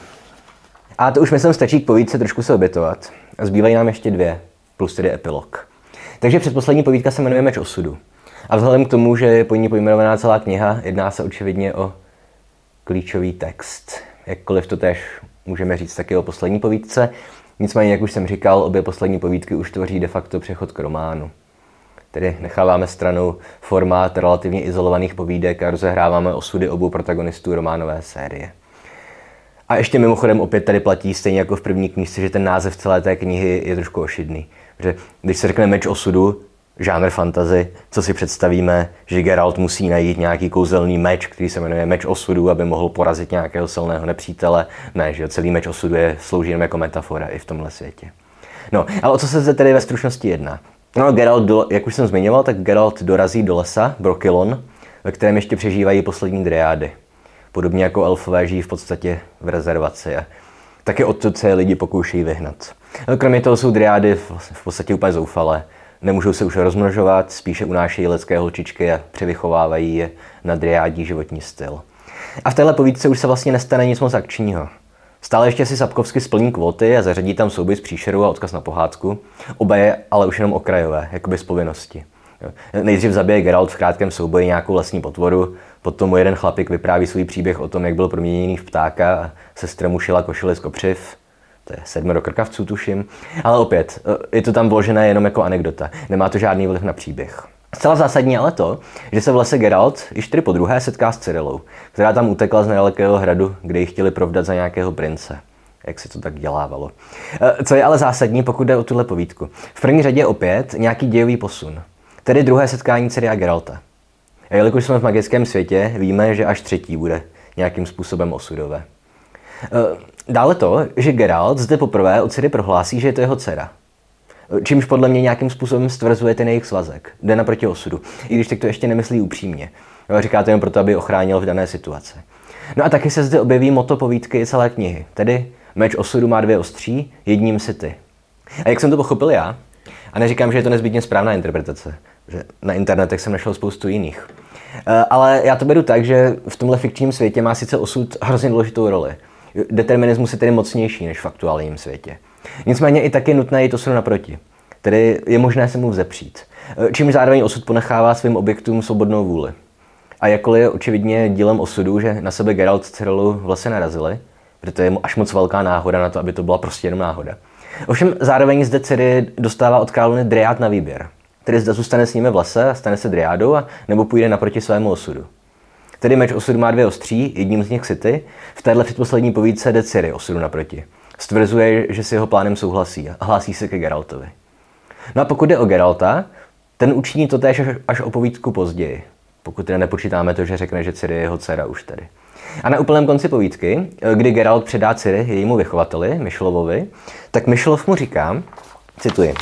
A to už myslím stačí k povídce trošku se obětovat. Zbývají nám ještě 2, plus tedy epilog. Takže předposlední povídka se jmenuje Meč osudu. A vzhledem k tomu, že je po ní pojmenovaná celá kniha, jedná se očividně o klíčový text. Jakkoliv to též můžeme říct taky o poslední povídce. Nicméně, jak už jsem říkal, obě poslední povídky už tvoří de facto přechod k románu. Tedy necháváme stranou formát relativně izolovaných povídek a rozehráváme osudy obou protagonistů románové série. A ještě mimochodem opět tady platí stejně jako v první knížce, že ten název celé té knihy je trošku ošidný. Protože když se řekne Meč osudu, žánr fantasy, co si představíme, že Geralt musí najít nějaký kouzelný meč, který se jmenuje Meč osudu, aby mohl porazit nějakého silného nepřítele. Ne, že celý Meč osudu slouží jen jako metafora i v tomhle světě. No, ale o co se zde tedy ve stručnosti jedná? No, Geralt, jak už jsem zmiňoval, tak Geralt dorazí do lesa Brokilon, ve kterém ještě přežívají poslední dryády. Podobně jako elfové žijí v podstatě v rezervaci a taky odtud se lidi pokoušejí vyhnat. No, kromě toho jsou dryády v podstatě úplně zoufalé. Nemůžou se už rozmnožovat, spíše unášejí lidské holčičky a převychovávají je na dryádí životní styl. A v téhle povídce už se vlastně nestane nic moc akčního. Stále ještě si Sapkovsky splní kvóty a zařadí tam souboj s příšerou a odkaz na pohádku. Oba je ale už jenom okrajové, jakoby z povinnosti. Nejdřív zabije Geralt v krátkém souboji nějakou lesní potvoru, potom mu jeden chlapík vypráví svůj příběh o tom, jak byl proměněný v ptáka a sestra mu šila košili z kopřiv. To je 7 krkavců, tuším. Ale opět, je to tam vložené jenom jako anekdota. Nemá to žádný vliv na příběh. Zcela zásadní ale to, že se v lese Geralt již tedy podruhé setká s Cirilou, která tam utekla z nedalekého hradu, kde ji chtěli provdat za nějakého prince. Jak se to tak dělávalo. Co je ale zásadní, pokud jde o tuhle povídku. V první řadě opět nějaký dějový posun. Tedy druhé setkání Ciri a Geralta. A jelikož jsme v magickém světě, víme, že až třetí bude nějakým způsobem osudové. Dále to, že Geralt zde poprvé od Ciri prohlásí, že je to jeho dcera. Čímž podle mě nějakým způsobem stvrzuje ten jejich svazek. Jde naproti osudu. I když tak to ještě nemyslí upřímně. Říká to jen proto, aby ochránil v dané situaci. No a taky se zde objeví motto povídky i celé knihy. Tedy meč osudu má dvě ostří, jedním si ty. A jak jsem to pochopil já, a neříkám, že je to nezbytně správná interpretace, že na internetech jsem našel spoustu jiných. Ale já to beru tak, že v tomhle fikčním světě má sice osud hrozně důležitou roli. Determinismus je tedy mocnější než v aktuálním světě. Nicméně i tak je nutné jít osudu naproti. Tedy je možné se mu vzepřít. Čímž zároveň osud ponechává svým objektům svobodnou vůli. A jakkoliv je očividně dílem osudu, že na sebe Geralt s Cyrilou vlastně narazili, protože je mu až moc velká náhoda na to, aby to byla prostě jenom náhoda. Ovšem zároveň zde Ciri dostává od královny Dryad na výběr. Tedy zda zůstane s nimi v lese a stane se Dryadou, a nebo půjde naproti svému osudu. Tedy meč osudu má dvě ostří, jedním z nich si ty. V téhle předposlední povídce jde Ciri osudu naproti. Stvrzuje, že s jeho plánem souhlasí a hlásí se ke Geraltovi. No a pokud jde o Geralta, ten učiní to též až o povídku později. Pokud teda nepočítáme to, že řekne, že Ciri je jeho dcera už tady. A na úplném konci povídky, kdy Geralt předá Ciri jejímu vychovateli, Myšlovovi, tak Myšlov mu říká, cituji: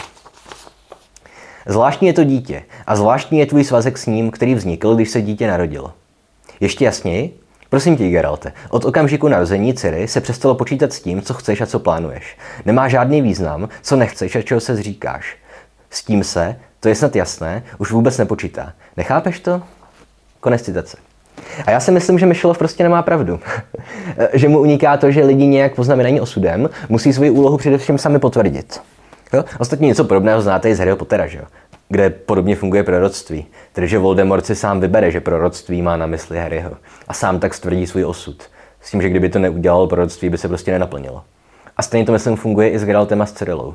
Zvláštní je to dítě a zvláštní je tvůj svazek s ním, který vznikl, když se dítě narodilo. Ještě jasněji? Prosím tě, Geralte, od okamžiku narození Ciri se přestalo počítat s tím, co chceš a co plánuješ. Nemá žádný význam, co nechceš a čeho se zříkáš. S tím se, to je snad jasné, už vůbec nepočítá. Nechápeš to? Konec citace. A já si myslím, že Myšlov prostě nemá pravdu. Že mu uniká to, že lidi nějak poznamenaní osudem musí svoji úlohu především sami potvrdit. Jo? Ostatně něco podobného znáte i z Harryho Pottera, že? Kde podobně funguje proroctví. Tedy, že Voldemort si sám vybere, že proroctví má na mysli Harryho. A sám tak stvrdí svůj osud. S tím, že kdyby to neudělal, proroctví by se prostě nenaplnilo. A stejně to, myslím, funguje i s Geraltem a s Cyrilou.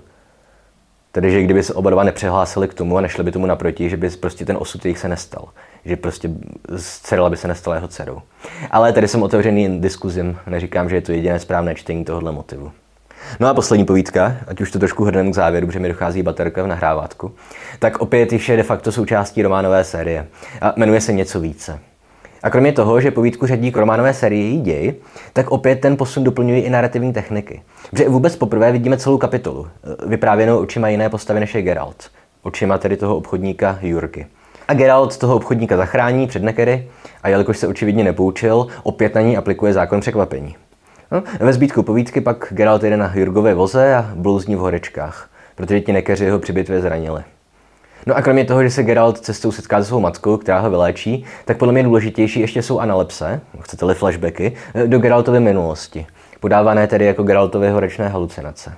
Tedy, že kdyby se oba dva nepřihlásili k tomu a nešli by tomu naproti, že by prostě ten osud jejich se nestal. Že prostě z Cyrila by se nestala jeho dcerou. Ale tady jsem otevřený diskuzím, neříkám, že je to jediné správné čtení tohohle motivu. No a poslední povídka, ať už to trošku hrneme k závěru, protože mi dochází baterka v nahrávátku, tak opět již je de facto součástí románové série a jmenuje se Něco více. A kromě toho, že povídku řadí k románové sérii její děj, tak opět ten posun doplňují i narrativní techniky. Protože vůbec poprvé vidíme celou kapitolu, vyprávěnou očima jiné postavy než je Geralt. Očima tedy toho obchodníka Jurky. A Geralt toho obchodníka zachrání před nekery a jelikož se očividně nepoučil, opět na ní aplikuje zákon překvapení. No, ve zbytku povídky pak Geralt jede na Jurgově voze a blouzní v horečkách, protože ti nekeři ho při bitvě zranili. No a kromě toho, že se Geralt cestou setká se svou matkou, která ho vyléčí, tak podle mě důležitější ještě jsou analepse, chcete-li flashbacky, do Geraltovy minulosti, podávané tedy jako Geraltovy horečné halucinace.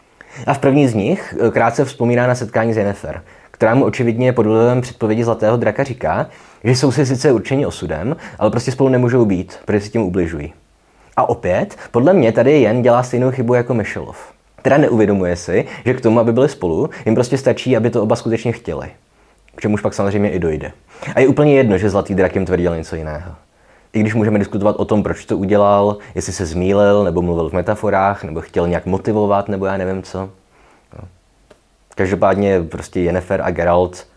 A v první z nich krátce vzpomíná na setkání s Yennefer, která mu očividně pod vlivem předpovědi Zlatého draka říká, že jsou si sice určeni osudem, ale prostě spolu nemůžou být, protože si tím ubližují. A opět, podle mě tady jen dělá stejnou chybu jako Myšlov. Teda neuvědomuje si, že k tomu, aby byli spolu, jim prostě stačí, aby to oba skutečně chtěli. K čemuž pak samozřejmě i dojde. A je úplně jedno, že Zlatý drak jim tvrdil něco jiného. I když můžeme diskutovat o tom, proč to udělal, jestli se zmýlil, nebo mluvil v metaforách, nebo chtěl nějak motivovat, nebo já nevím co. No. Každopádně prostě Yennefer a Geralt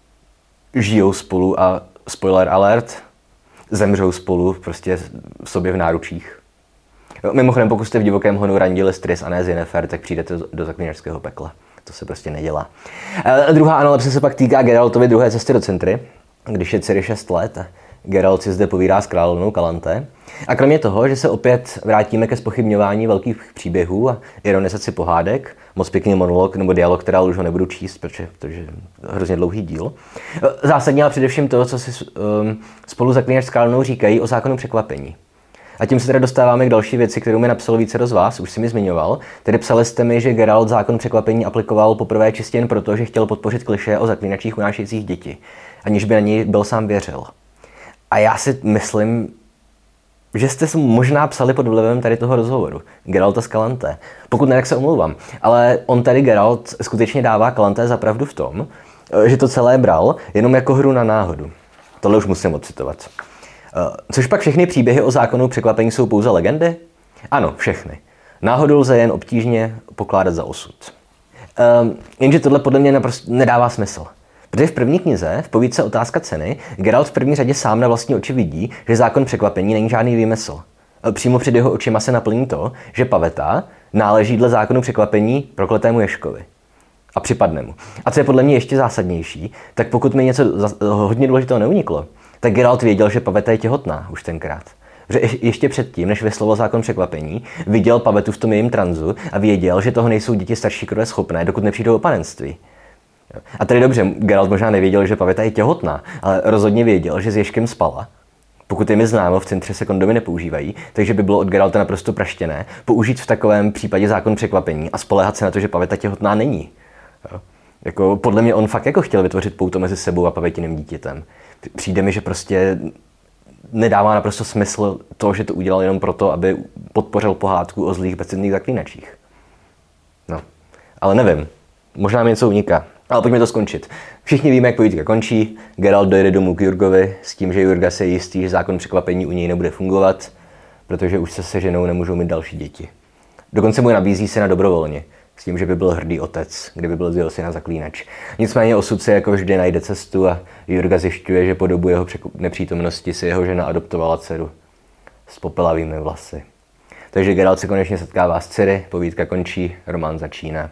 žijou spolu a spoiler alert, zemřou spolu prostě v sobě v náručích. Mimochodem, pokud jste v Divokém honu randili Triss a ne z Yennefer, tak přijdete do zaklínačského pekla. To se prostě nedělá. A druhá analepse se pak týká Geraltovy druhé cesty do Centry, když je Ciri 6 let. Geralt si zde povídá s královnou Kalante. A kromě toho, že se opět vrátíme ke zpochybňování velkých příběhů a ironizaci pohádek, moc pěkný monolog nebo dialog, která už ho nebudu číst, protože je hrozně dlouhý díl. Zásadně ale především to, co si spolu zaklínač s královnou říkají o zákonu překvapení. A tím se teda dostáváme k další věci, kterou mi napsalo vícero z vás, už si mi zmiňoval. Tedy psali jste mi, že Geralt zákon překvapení aplikoval poprvé čistě jen proto, že chtěl podpořit klišé o zaklínačích unášejících děti, aniž by na něj byl sám věřil. A já si myslím, že jste si možná psali pod vlivem tady toho rozhovoru. Geralta z Kalante. Pokud ne, tak se omlouvám. Ale on tady Geralt skutečně dává Kalante za pravdu v tom, že to celé bral jenom jako hru na náhodu. Tohle už musím odcitovat. Což pak všechny příběhy o zákonu překvapení jsou pouze legendy? Ano, všechny. Náhodu lze jen obtížně pokládat za osud. Jenže tohle podle mě naprosto nedává smysl. Protože v první knize, v povídce Otázka ceny, Geralt v první řadě sám na vlastní oči vidí, že zákon překvapení není žádný výmysl. Přímo před jeho očima se naplní to, že paveta náleží dle zákonu překvapení prokletému Ježkovi. a připadne mu. A co je podle mě ještě zásadnější, tak pokud mi něco hodně důležitého neuniklo, tak Geralt věděl, že Paveta je těhotná už tenkrát. Že ještě předtím, než vyslovil zákon překvapení, viděl Pavetu v tom jejím tranzu a věděl, že toho nejsou děti starší krve schopné, dokud nepřijdou o panenství. A tady dobře, Geralt možná nevěděl, že Paveta je těhotná, ale rozhodně věděl, že s Ježkem spala. Pokud je mi známo, v Cintře se kondomy nepoužívají, takže by bylo od Geralta naprosto praštěné použít v takovém případě zákon překvapení a spoléhat se na to, že Paveta těhotná není. Jo? Jako, podle mě on fakt jako chtěl vytvořit pouto mezi sebou a Pavetiným dítětem. Přijde mi, že prostě nedává naprosto smysl to, že to udělal jenom proto, aby podpořil pohádku o zlých bezcenných zaklínačích. No, ale nevím. Možná mi něco uniká. Ale pojďme to skončit. Všichni víme, jak povídka končí. Geralt dojde domů k Jurgovi s tím, že Jurga se je jistý, že zákon překvapení u něj nebude fungovat, protože už se ženou nemůžou mít další děti. Dokonce mu nabízí syna dobrovolně, s tím, že by byl hrdý otec, kdyby byl z jeho syna zaklínač. Nicméně osud si jako vždy najde cestu a Jurga zjišťuje, že po dobu jeho nepřítomnosti si jeho žena adoptovala dceru s popelavými vlasy. Takže Geralt se konečně setkává s Ciri, povídka končí, román začíná.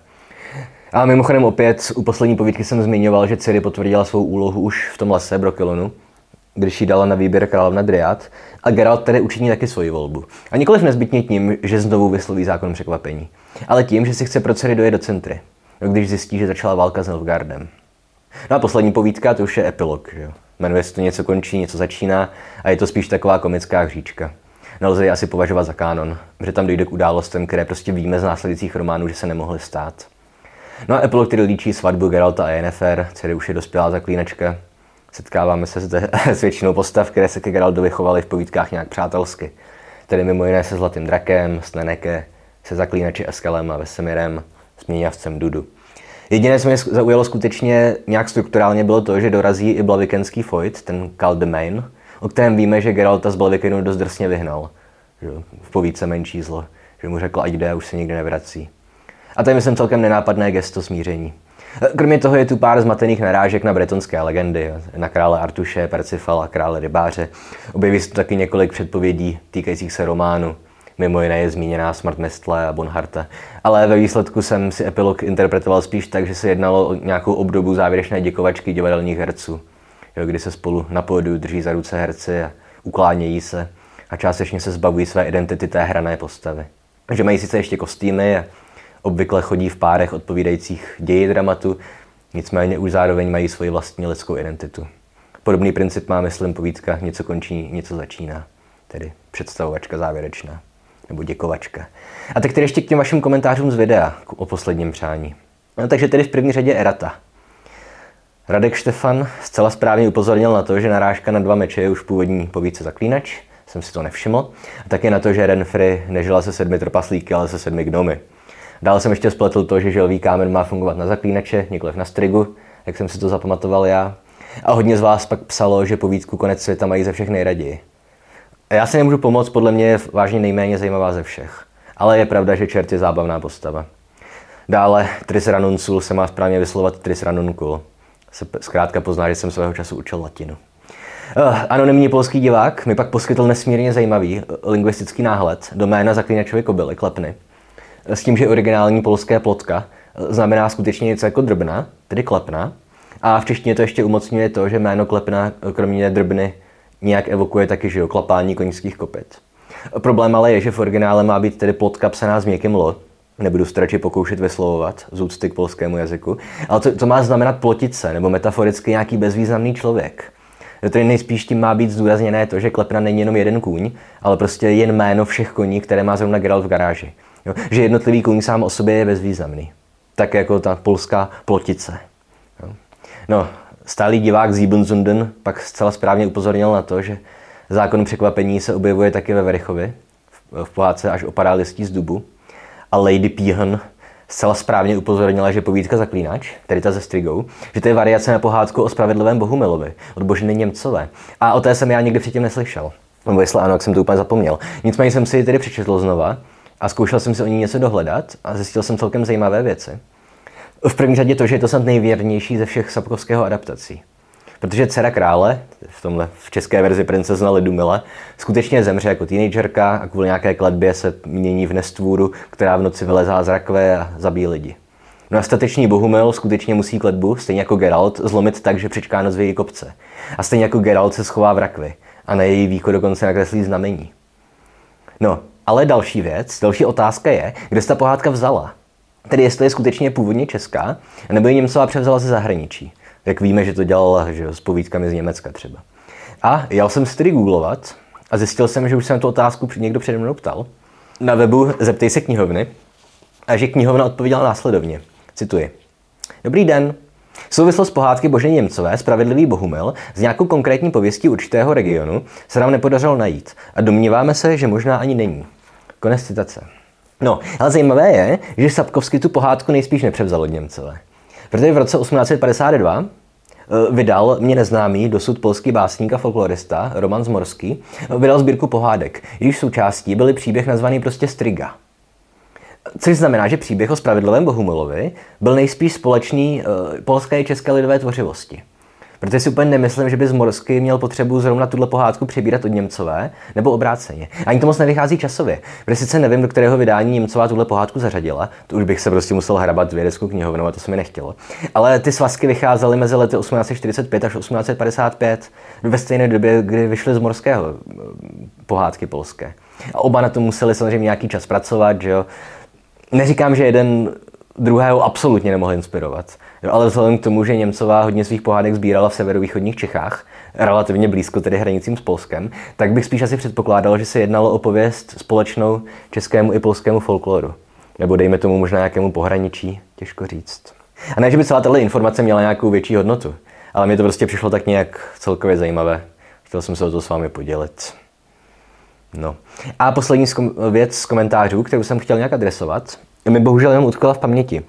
A mimochodem opět u poslední povídky jsem zmiňoval, že Ciri potvrdila svou úlohu už v tom lese Brokilonu, když jí dala na výběr královna Dryad, a Geralt tedy učiní taky svoji volbu. A nikoliv nezbytně tím, že znovu vysloví zákon překvapení, ale tím, že si chce pro Ciri dojet do Cintry, když zjistí, že začala válka s Nilfgaardem. No a poslední povídka, to už je epilog, že jo. Jmenuje se to něco končí, něco začíná a je to spíš taková komická hříčka. Nelze ji asi považovat za kánon, že tam dojde k událostem, které prostě víme z následujících románů, že se nemohly stát. No a epilog, který líčí svatbu Geralta a Yennefer, Ciri už je dospělá zaklínačka. Setkáváme se zde s většinou postav, které se ke Geraltovi chovaly v povídkách nějak přátelsky. Tedy mimo jiné se Zlatým drakem, s Neneke, se zaklínači Eskelem a Vesemirem, s měňavcem Dudu. Jediné, co mě zaujalo skutečně nějak strukturálně, bylo to, že dorazí i blavikenský Foyt, ten Kal de Main, o kterém víme, že Geralta z Blavikenu dost drsně vyhnal. Že v povídce Menší zlo, že mu řekl, ať jde a už se nikdy nevrací. A to je, myslím, celkem nenápadné gesto smíření. Kromě toho je tu pár zmatených narážek na bretonské legendy, na krále Artuše, Percifala, krále rybáře. Objeví se tu taky několik předpovědí týkajících se románu. Mimo jiné je zmíněná smrt Mestle a Bonharta. Ale ve výsledku jsem si epilog interpretoval spíš tak, že se jednalo o nějakou obdobu závěrečné děkovačky divadelních herců, kdy se spolu na pódiu drží za ruce herci a uklánějí se a částečně se zbavují své identity té hrané postavy. Že mají sice ještě kostýmy a obvykle chodí v párech odpovídajících ději dramatu, nicméně už zároveň mají svoji vlastní lidskou identitu. Podobný princip má, myslím, povídka Něco končí, něco začíná, tedy představovačka závěrečná, nebo děkovačka. A tak tedy ještě k těm vašim komentářům z videa o posledním přání. No, takže tedy v první řadě erata. Radek Štefan zcela správně upozornil na to, že narážka na 2 meče je už původní povídce Zaklínač, jsem si to nevšiml, a také na to, že Renfri nežila se 7 trpaslíky, ale se 7 gnomy. Dále jsem ještě spletl to, že želvý kámen má fungovat na zaklínače, nikoliv na strigu, jak jsem si to zapamatoval já. A hodně z vás pak psalo, že povídku Konec světa mají ze všech nejraději. A já si nemůžu pomoct, podle mě je vážně nejméně zajímavá ze všech. Ale je pravda, že čert je zábavná postava. Dále Tris Ranuncul se má správně vyslovovat Tris Ranuncul. Se zkrátka pozná, že jsem svého času učil latinu. Anonymní polský divák mi pak poskytl nesmírně zajímavý lingvistický náhled do jména zaklínačovy kobily Klepny. S tím, že originální polské plotka znamená skutečně něco jako drbna, tedy klepna. A v češtině to ještě umocňuje to, že jméno Klepna, kromě drbny, nějak evokuje taky, že jo, klapání koňských kopyt. Problém ale je, že v originále má být tedy plotka psaná s měkkým lo. Nebudu se radši pokoušet vyslovovat z úcty k polskému jazyku. Ale to má znamenat plotice, nebo metaforicky nějaký bezvýznamný člověk. Tedy nejspíš tím má být zdůrazněné to, že Klepna není jenom jeden kůň, ale prostě jen jméno všech koní, které má zrovna Geralt v garáži. Jo? Že jednotlivý kůň sám o sobě je bezvýznamný. Tak jako ta polská plotice. Jo? No, stálý divák Siebensunden pak zcela správně upozornil na to, že zákon překvapení se objevuje taky ve Verichovi, v pohádce Až opadá listí z dubu. A Lady Pihan zcela správně upozornila, že povídka Zaklínač, tedy ta ze Strigou, že to je variace na pohádku o spravedlivém Bohumilovi od Boženy Němcové. A o té jsem já nikdy předtím neslyšel. Nebo jestli ano, jak jsem to úplně zapomněl. Nicméně jsem si ji tedy přečetl znova a zkoušel jsem si o ní něco dohledat a zjistil jsem celkem zajímavé věci. V první řadě to, že je to snad nejvěrnější ze všech Sapkovského adaptací. Protože dcera krále, v české verzi princezna Lidumila, skutečně zemře jako teenagerka a kvůli nějaké kletbě se mění v nestvůru, která v noci vylezá z rakve a zabíjí lidi. No a statečný Bohumil skutečně musí kletbu, stejně jako Geralt, zlomit tak, že přečká noc v její kopce. A stejně jako Geralt se schová v rakvi a na její východ dokonce nakreslí znamení. No, ale další otázka je, kde se ta pohádka vzala. Tedy jestli je skutečně původně česká, nebo ji Němcová převzala ze zahraničí. Jak víme, že to dělala, že, s povídkami z Německa třeba. A jel jsem si tedy googlovat a zjistil jsem, že už se na tu otázku někdo přede mnou ptal. Na webu Zeptej se knihovny a že knihovna odpověděla následovně. Cituji. Dobrý den. Souvislost pohádky Boženy Němcové Spravedlivý Bohumil s nějakou konkrétní pověstí určitého regionu se nám nepodařilo najít a domníváme se, že možná ani není. Konec citace. No, ale zajímavé je, že Sapkovský tu pohádku nejspíš nepřevzal od Němcové. Protože v roce 1852 vydal mě neznámý, dosud polský básník a folklorista Roman Zmorský, vydal sbírku pohádek, jejíž součástí byly příběh nazvaný prostě Striga. Což znamená, že příběh o Spravedlivém Bohumilovi byl nejspíš společný polské i české lidové tvořivosti. Protože si úplně nemyslím, že by Zmorský měl potřebu zrovna tuhle pohádku přebírat od Němcové, nebo obráceně. Ani to moc nevychází časově, protože sice nevím, do kterého vydání Němcová tuhle pohádku zařadila, to už bych se prostě musel hrabat vědeckou knihovnou a to se mi nechtělo. Ale ty svazky vycházely mezi lety 1845 až 1855, ve stejné době, kdy vyšly Zmorského pohádky polské. A oba na to museli samozřejmě nějaký čas pracovat, že jo. Neříkám, že jeden druhého absolutně nemohl inspirovat. Ale vzhledem k tomu, že Němcová hodně svých pohádek sbírala v severovýchodních Čechách, relativně blízko tedy hranicím s Polskem, tak bych spíš asi předpokládal, že se jednalo o pověst společnou českému i polskému folkloru. Nebo dejme tomu možná nějakému pohraničí, těžko říct. A ne, že by celá tato informace měla nějakou větší hodnotu, ale mně to prostě přišlo tak nějak celkově zajímavé. Chtěl jsem se o to s vámi podělit. No. A poslední věc z komentářů, kterou jsem chtěl nějak adresovat, mi bohužel jenom utkala v paměti.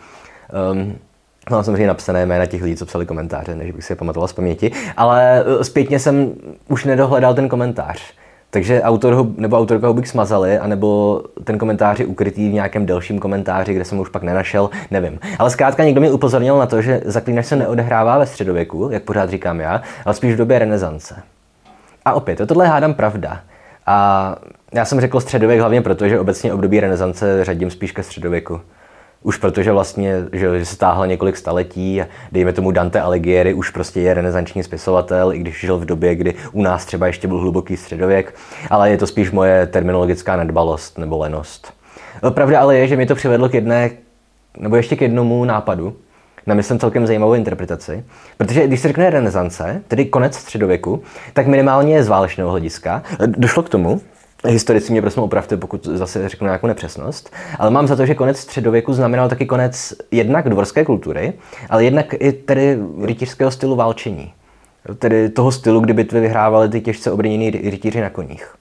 Mám samozřejmě napsané jména těch lidí, co psali komentáře, než bych si je pamatoval z paměti, ale zpětně jsem už nedohledal ten komentář. Takže autor nebo autorka ho bych smazali, anebo ten komentář je ukrytý v nějakém delším komentáři, kde jsem ho už pak nenašel, nevím. Ale zkrátka někdo mě upozornil na to, že Zaklínač se neodehrává ve středověku, jak pořád říkám já, ale spíš v době renesance. A opět, tohle hádám pravda. A já jsem řekl středověk hlavně proto, že obecně období renesance řadím spíš ke středověku. Už protože vlastně, že se táhla několik staletí a dejme tomu Dante Alighieri už prostě je renesanční spisovatel, i když žil v době, kdy u nás třeba ještě byl hluboký středověk, ale je to spíš moje terminologická nedbalost nebo lenost. Pravda ale je, že mě to přivedlo ještě k jednomu nápadu, na myslím celkem zajímavou interpretaci, protože když se řekne renesance, tedy konec středověku, tak minimálně z válečného hlediska došlo k tomu, historici mě prosím opravte, pokud zase řeknu nějakou nepřesnost, ale mám za to, že konec středověku znamenal taky konec jednak dvorské kultury, ale jednak i tedy rytířského stylu válčení. Tedy toho stylu, kdy bitvy vyhrávali ty těžce obrnění rytíři na koních.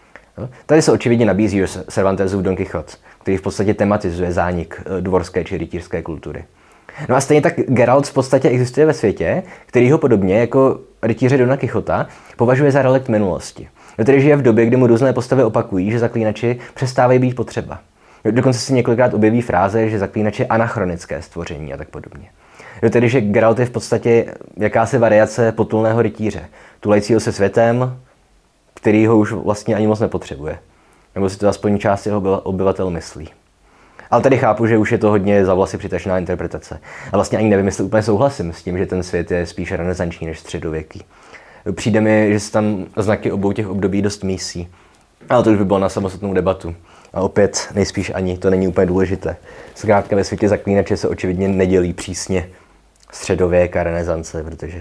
Tady se očividně nabízí Cervantesův Don Quixote, který v podstatě tematizuje zánik dvorské či rytířské kultury. No a stejně tak Geralt v podstatě existuje ve světě, který ho podobně jako rytíře Dona Quixota považuje za relikt minulosti. Tedy žije v době, kdy mu různé postavy opakují, že zaklínači přestávají být potřeba. Dokonce si několikrát objeví fráze, že zaklínač je anachronické stvoření a tak podobně. Tedy, že Geralt je v podstatě jakási variace potulného rytíře, tulajícího se světem, který ho už vlastně ani moc nepotřebuje. Nebo si to aspoň část jeho obyvatel myslí. Ale tady chápu, že už je to hodně za vlasy přitažená interpretace. A vlastně ani nevím, jestli úplně souhlasím s tím, že ten svět je spíš renesanční než středověký. Přijde mi, že se tam znaky obou těch období dost mísí. Ale to už by bylo na samostatnou debatu. A opět nejspíš ani to není úplně důležité. Zkrátka ve světě zaklínače se očividně nedělí přísně středověk a renesance, protože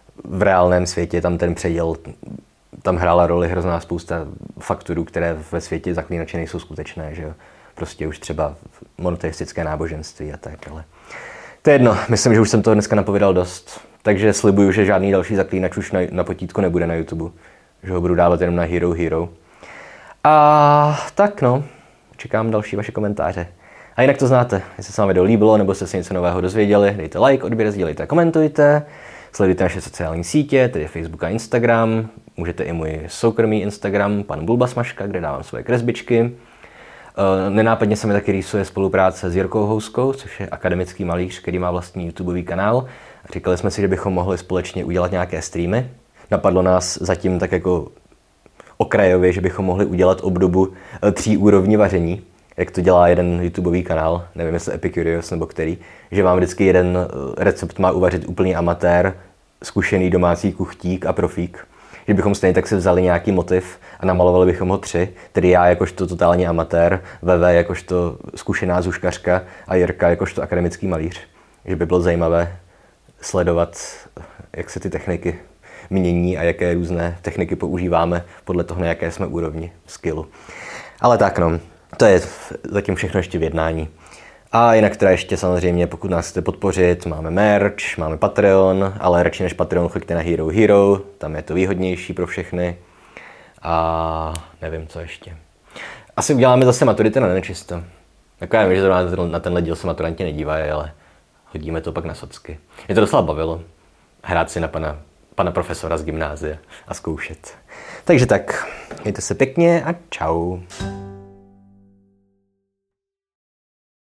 v reálném světě tam ten předěl, tam hrála roli hrozná spousta faktorů, které ve světě zaklínače nejsou skutečné, že jo. Prostě už třeba monoteistické náboženství a tak, ale to je jedno. Myslím, že už jsem toho dneska napovědal dost. Takže slibuju, že žádný další zaklínač už na potítku nebude na YouTube. Že ho budu dávat jenom na Hero Hero. A tak no, čekám další vaše komentáře. A jinak to znáte, jestli se vám video líbilo, nebo jste se něco nového dozvěděli, dejte like, odběr, sdílejte, komentujte. Sledujte naše sociální sítě, tedy Facebook a Instagram. Můžete i můj soukromý Instagram, pan Bulbasmaška, kde dávám svoje kresbičky. Nenápadně se mi taky rýsuje spolupráce s Jirkou Houskou, což je akademický malíř, který má vlastní YouTubeový kanál. Říkali jsme si, že bychom mohli společně udělat nějaké streamy. Napadlo nás zatím tak jako okrajově, že bychom mohli udělat obdobu 3 úrovní vaření. jak to dělá jeden YouTubeový kanál, nevím jestli Epicurious nebo který, že vám vždycky jeden recept má uvařit úplný amatér, zkušený domácí kuchtík a profík. Že bychom stejně tak si vzali nějaký motiv a namalovali bychom ho 3, tedy já jakožto totální amatér, VV jakožto zkušená zuškařka a Jirka jakožto akademický malíř. Že by bylo zajímavé sledovat, jak se ty techniky mění a jaké různé techniky používáme podle toho, na jaké jsme úrovni skillu. Ale tak no, to je zatím všechno ještě v jednání. A jinak teda ještě samozřejmě, pokud nás chcete podpořit, máme merch, máme Patreon, ale radši než Patreon choďte na Hero Hero, tam je to výhodnější pro všechny. A nevím, co ještě. Asi uděláme zase maturity na nečisto. Jako já vím, že na tenhle díl se maturanti nedívají, ale hodíme to pak na socky. Mě to docela bavilo, hrát si na pana profesora z gymnázia a zkoušet. Takže tak, mějte se pěkně a čau.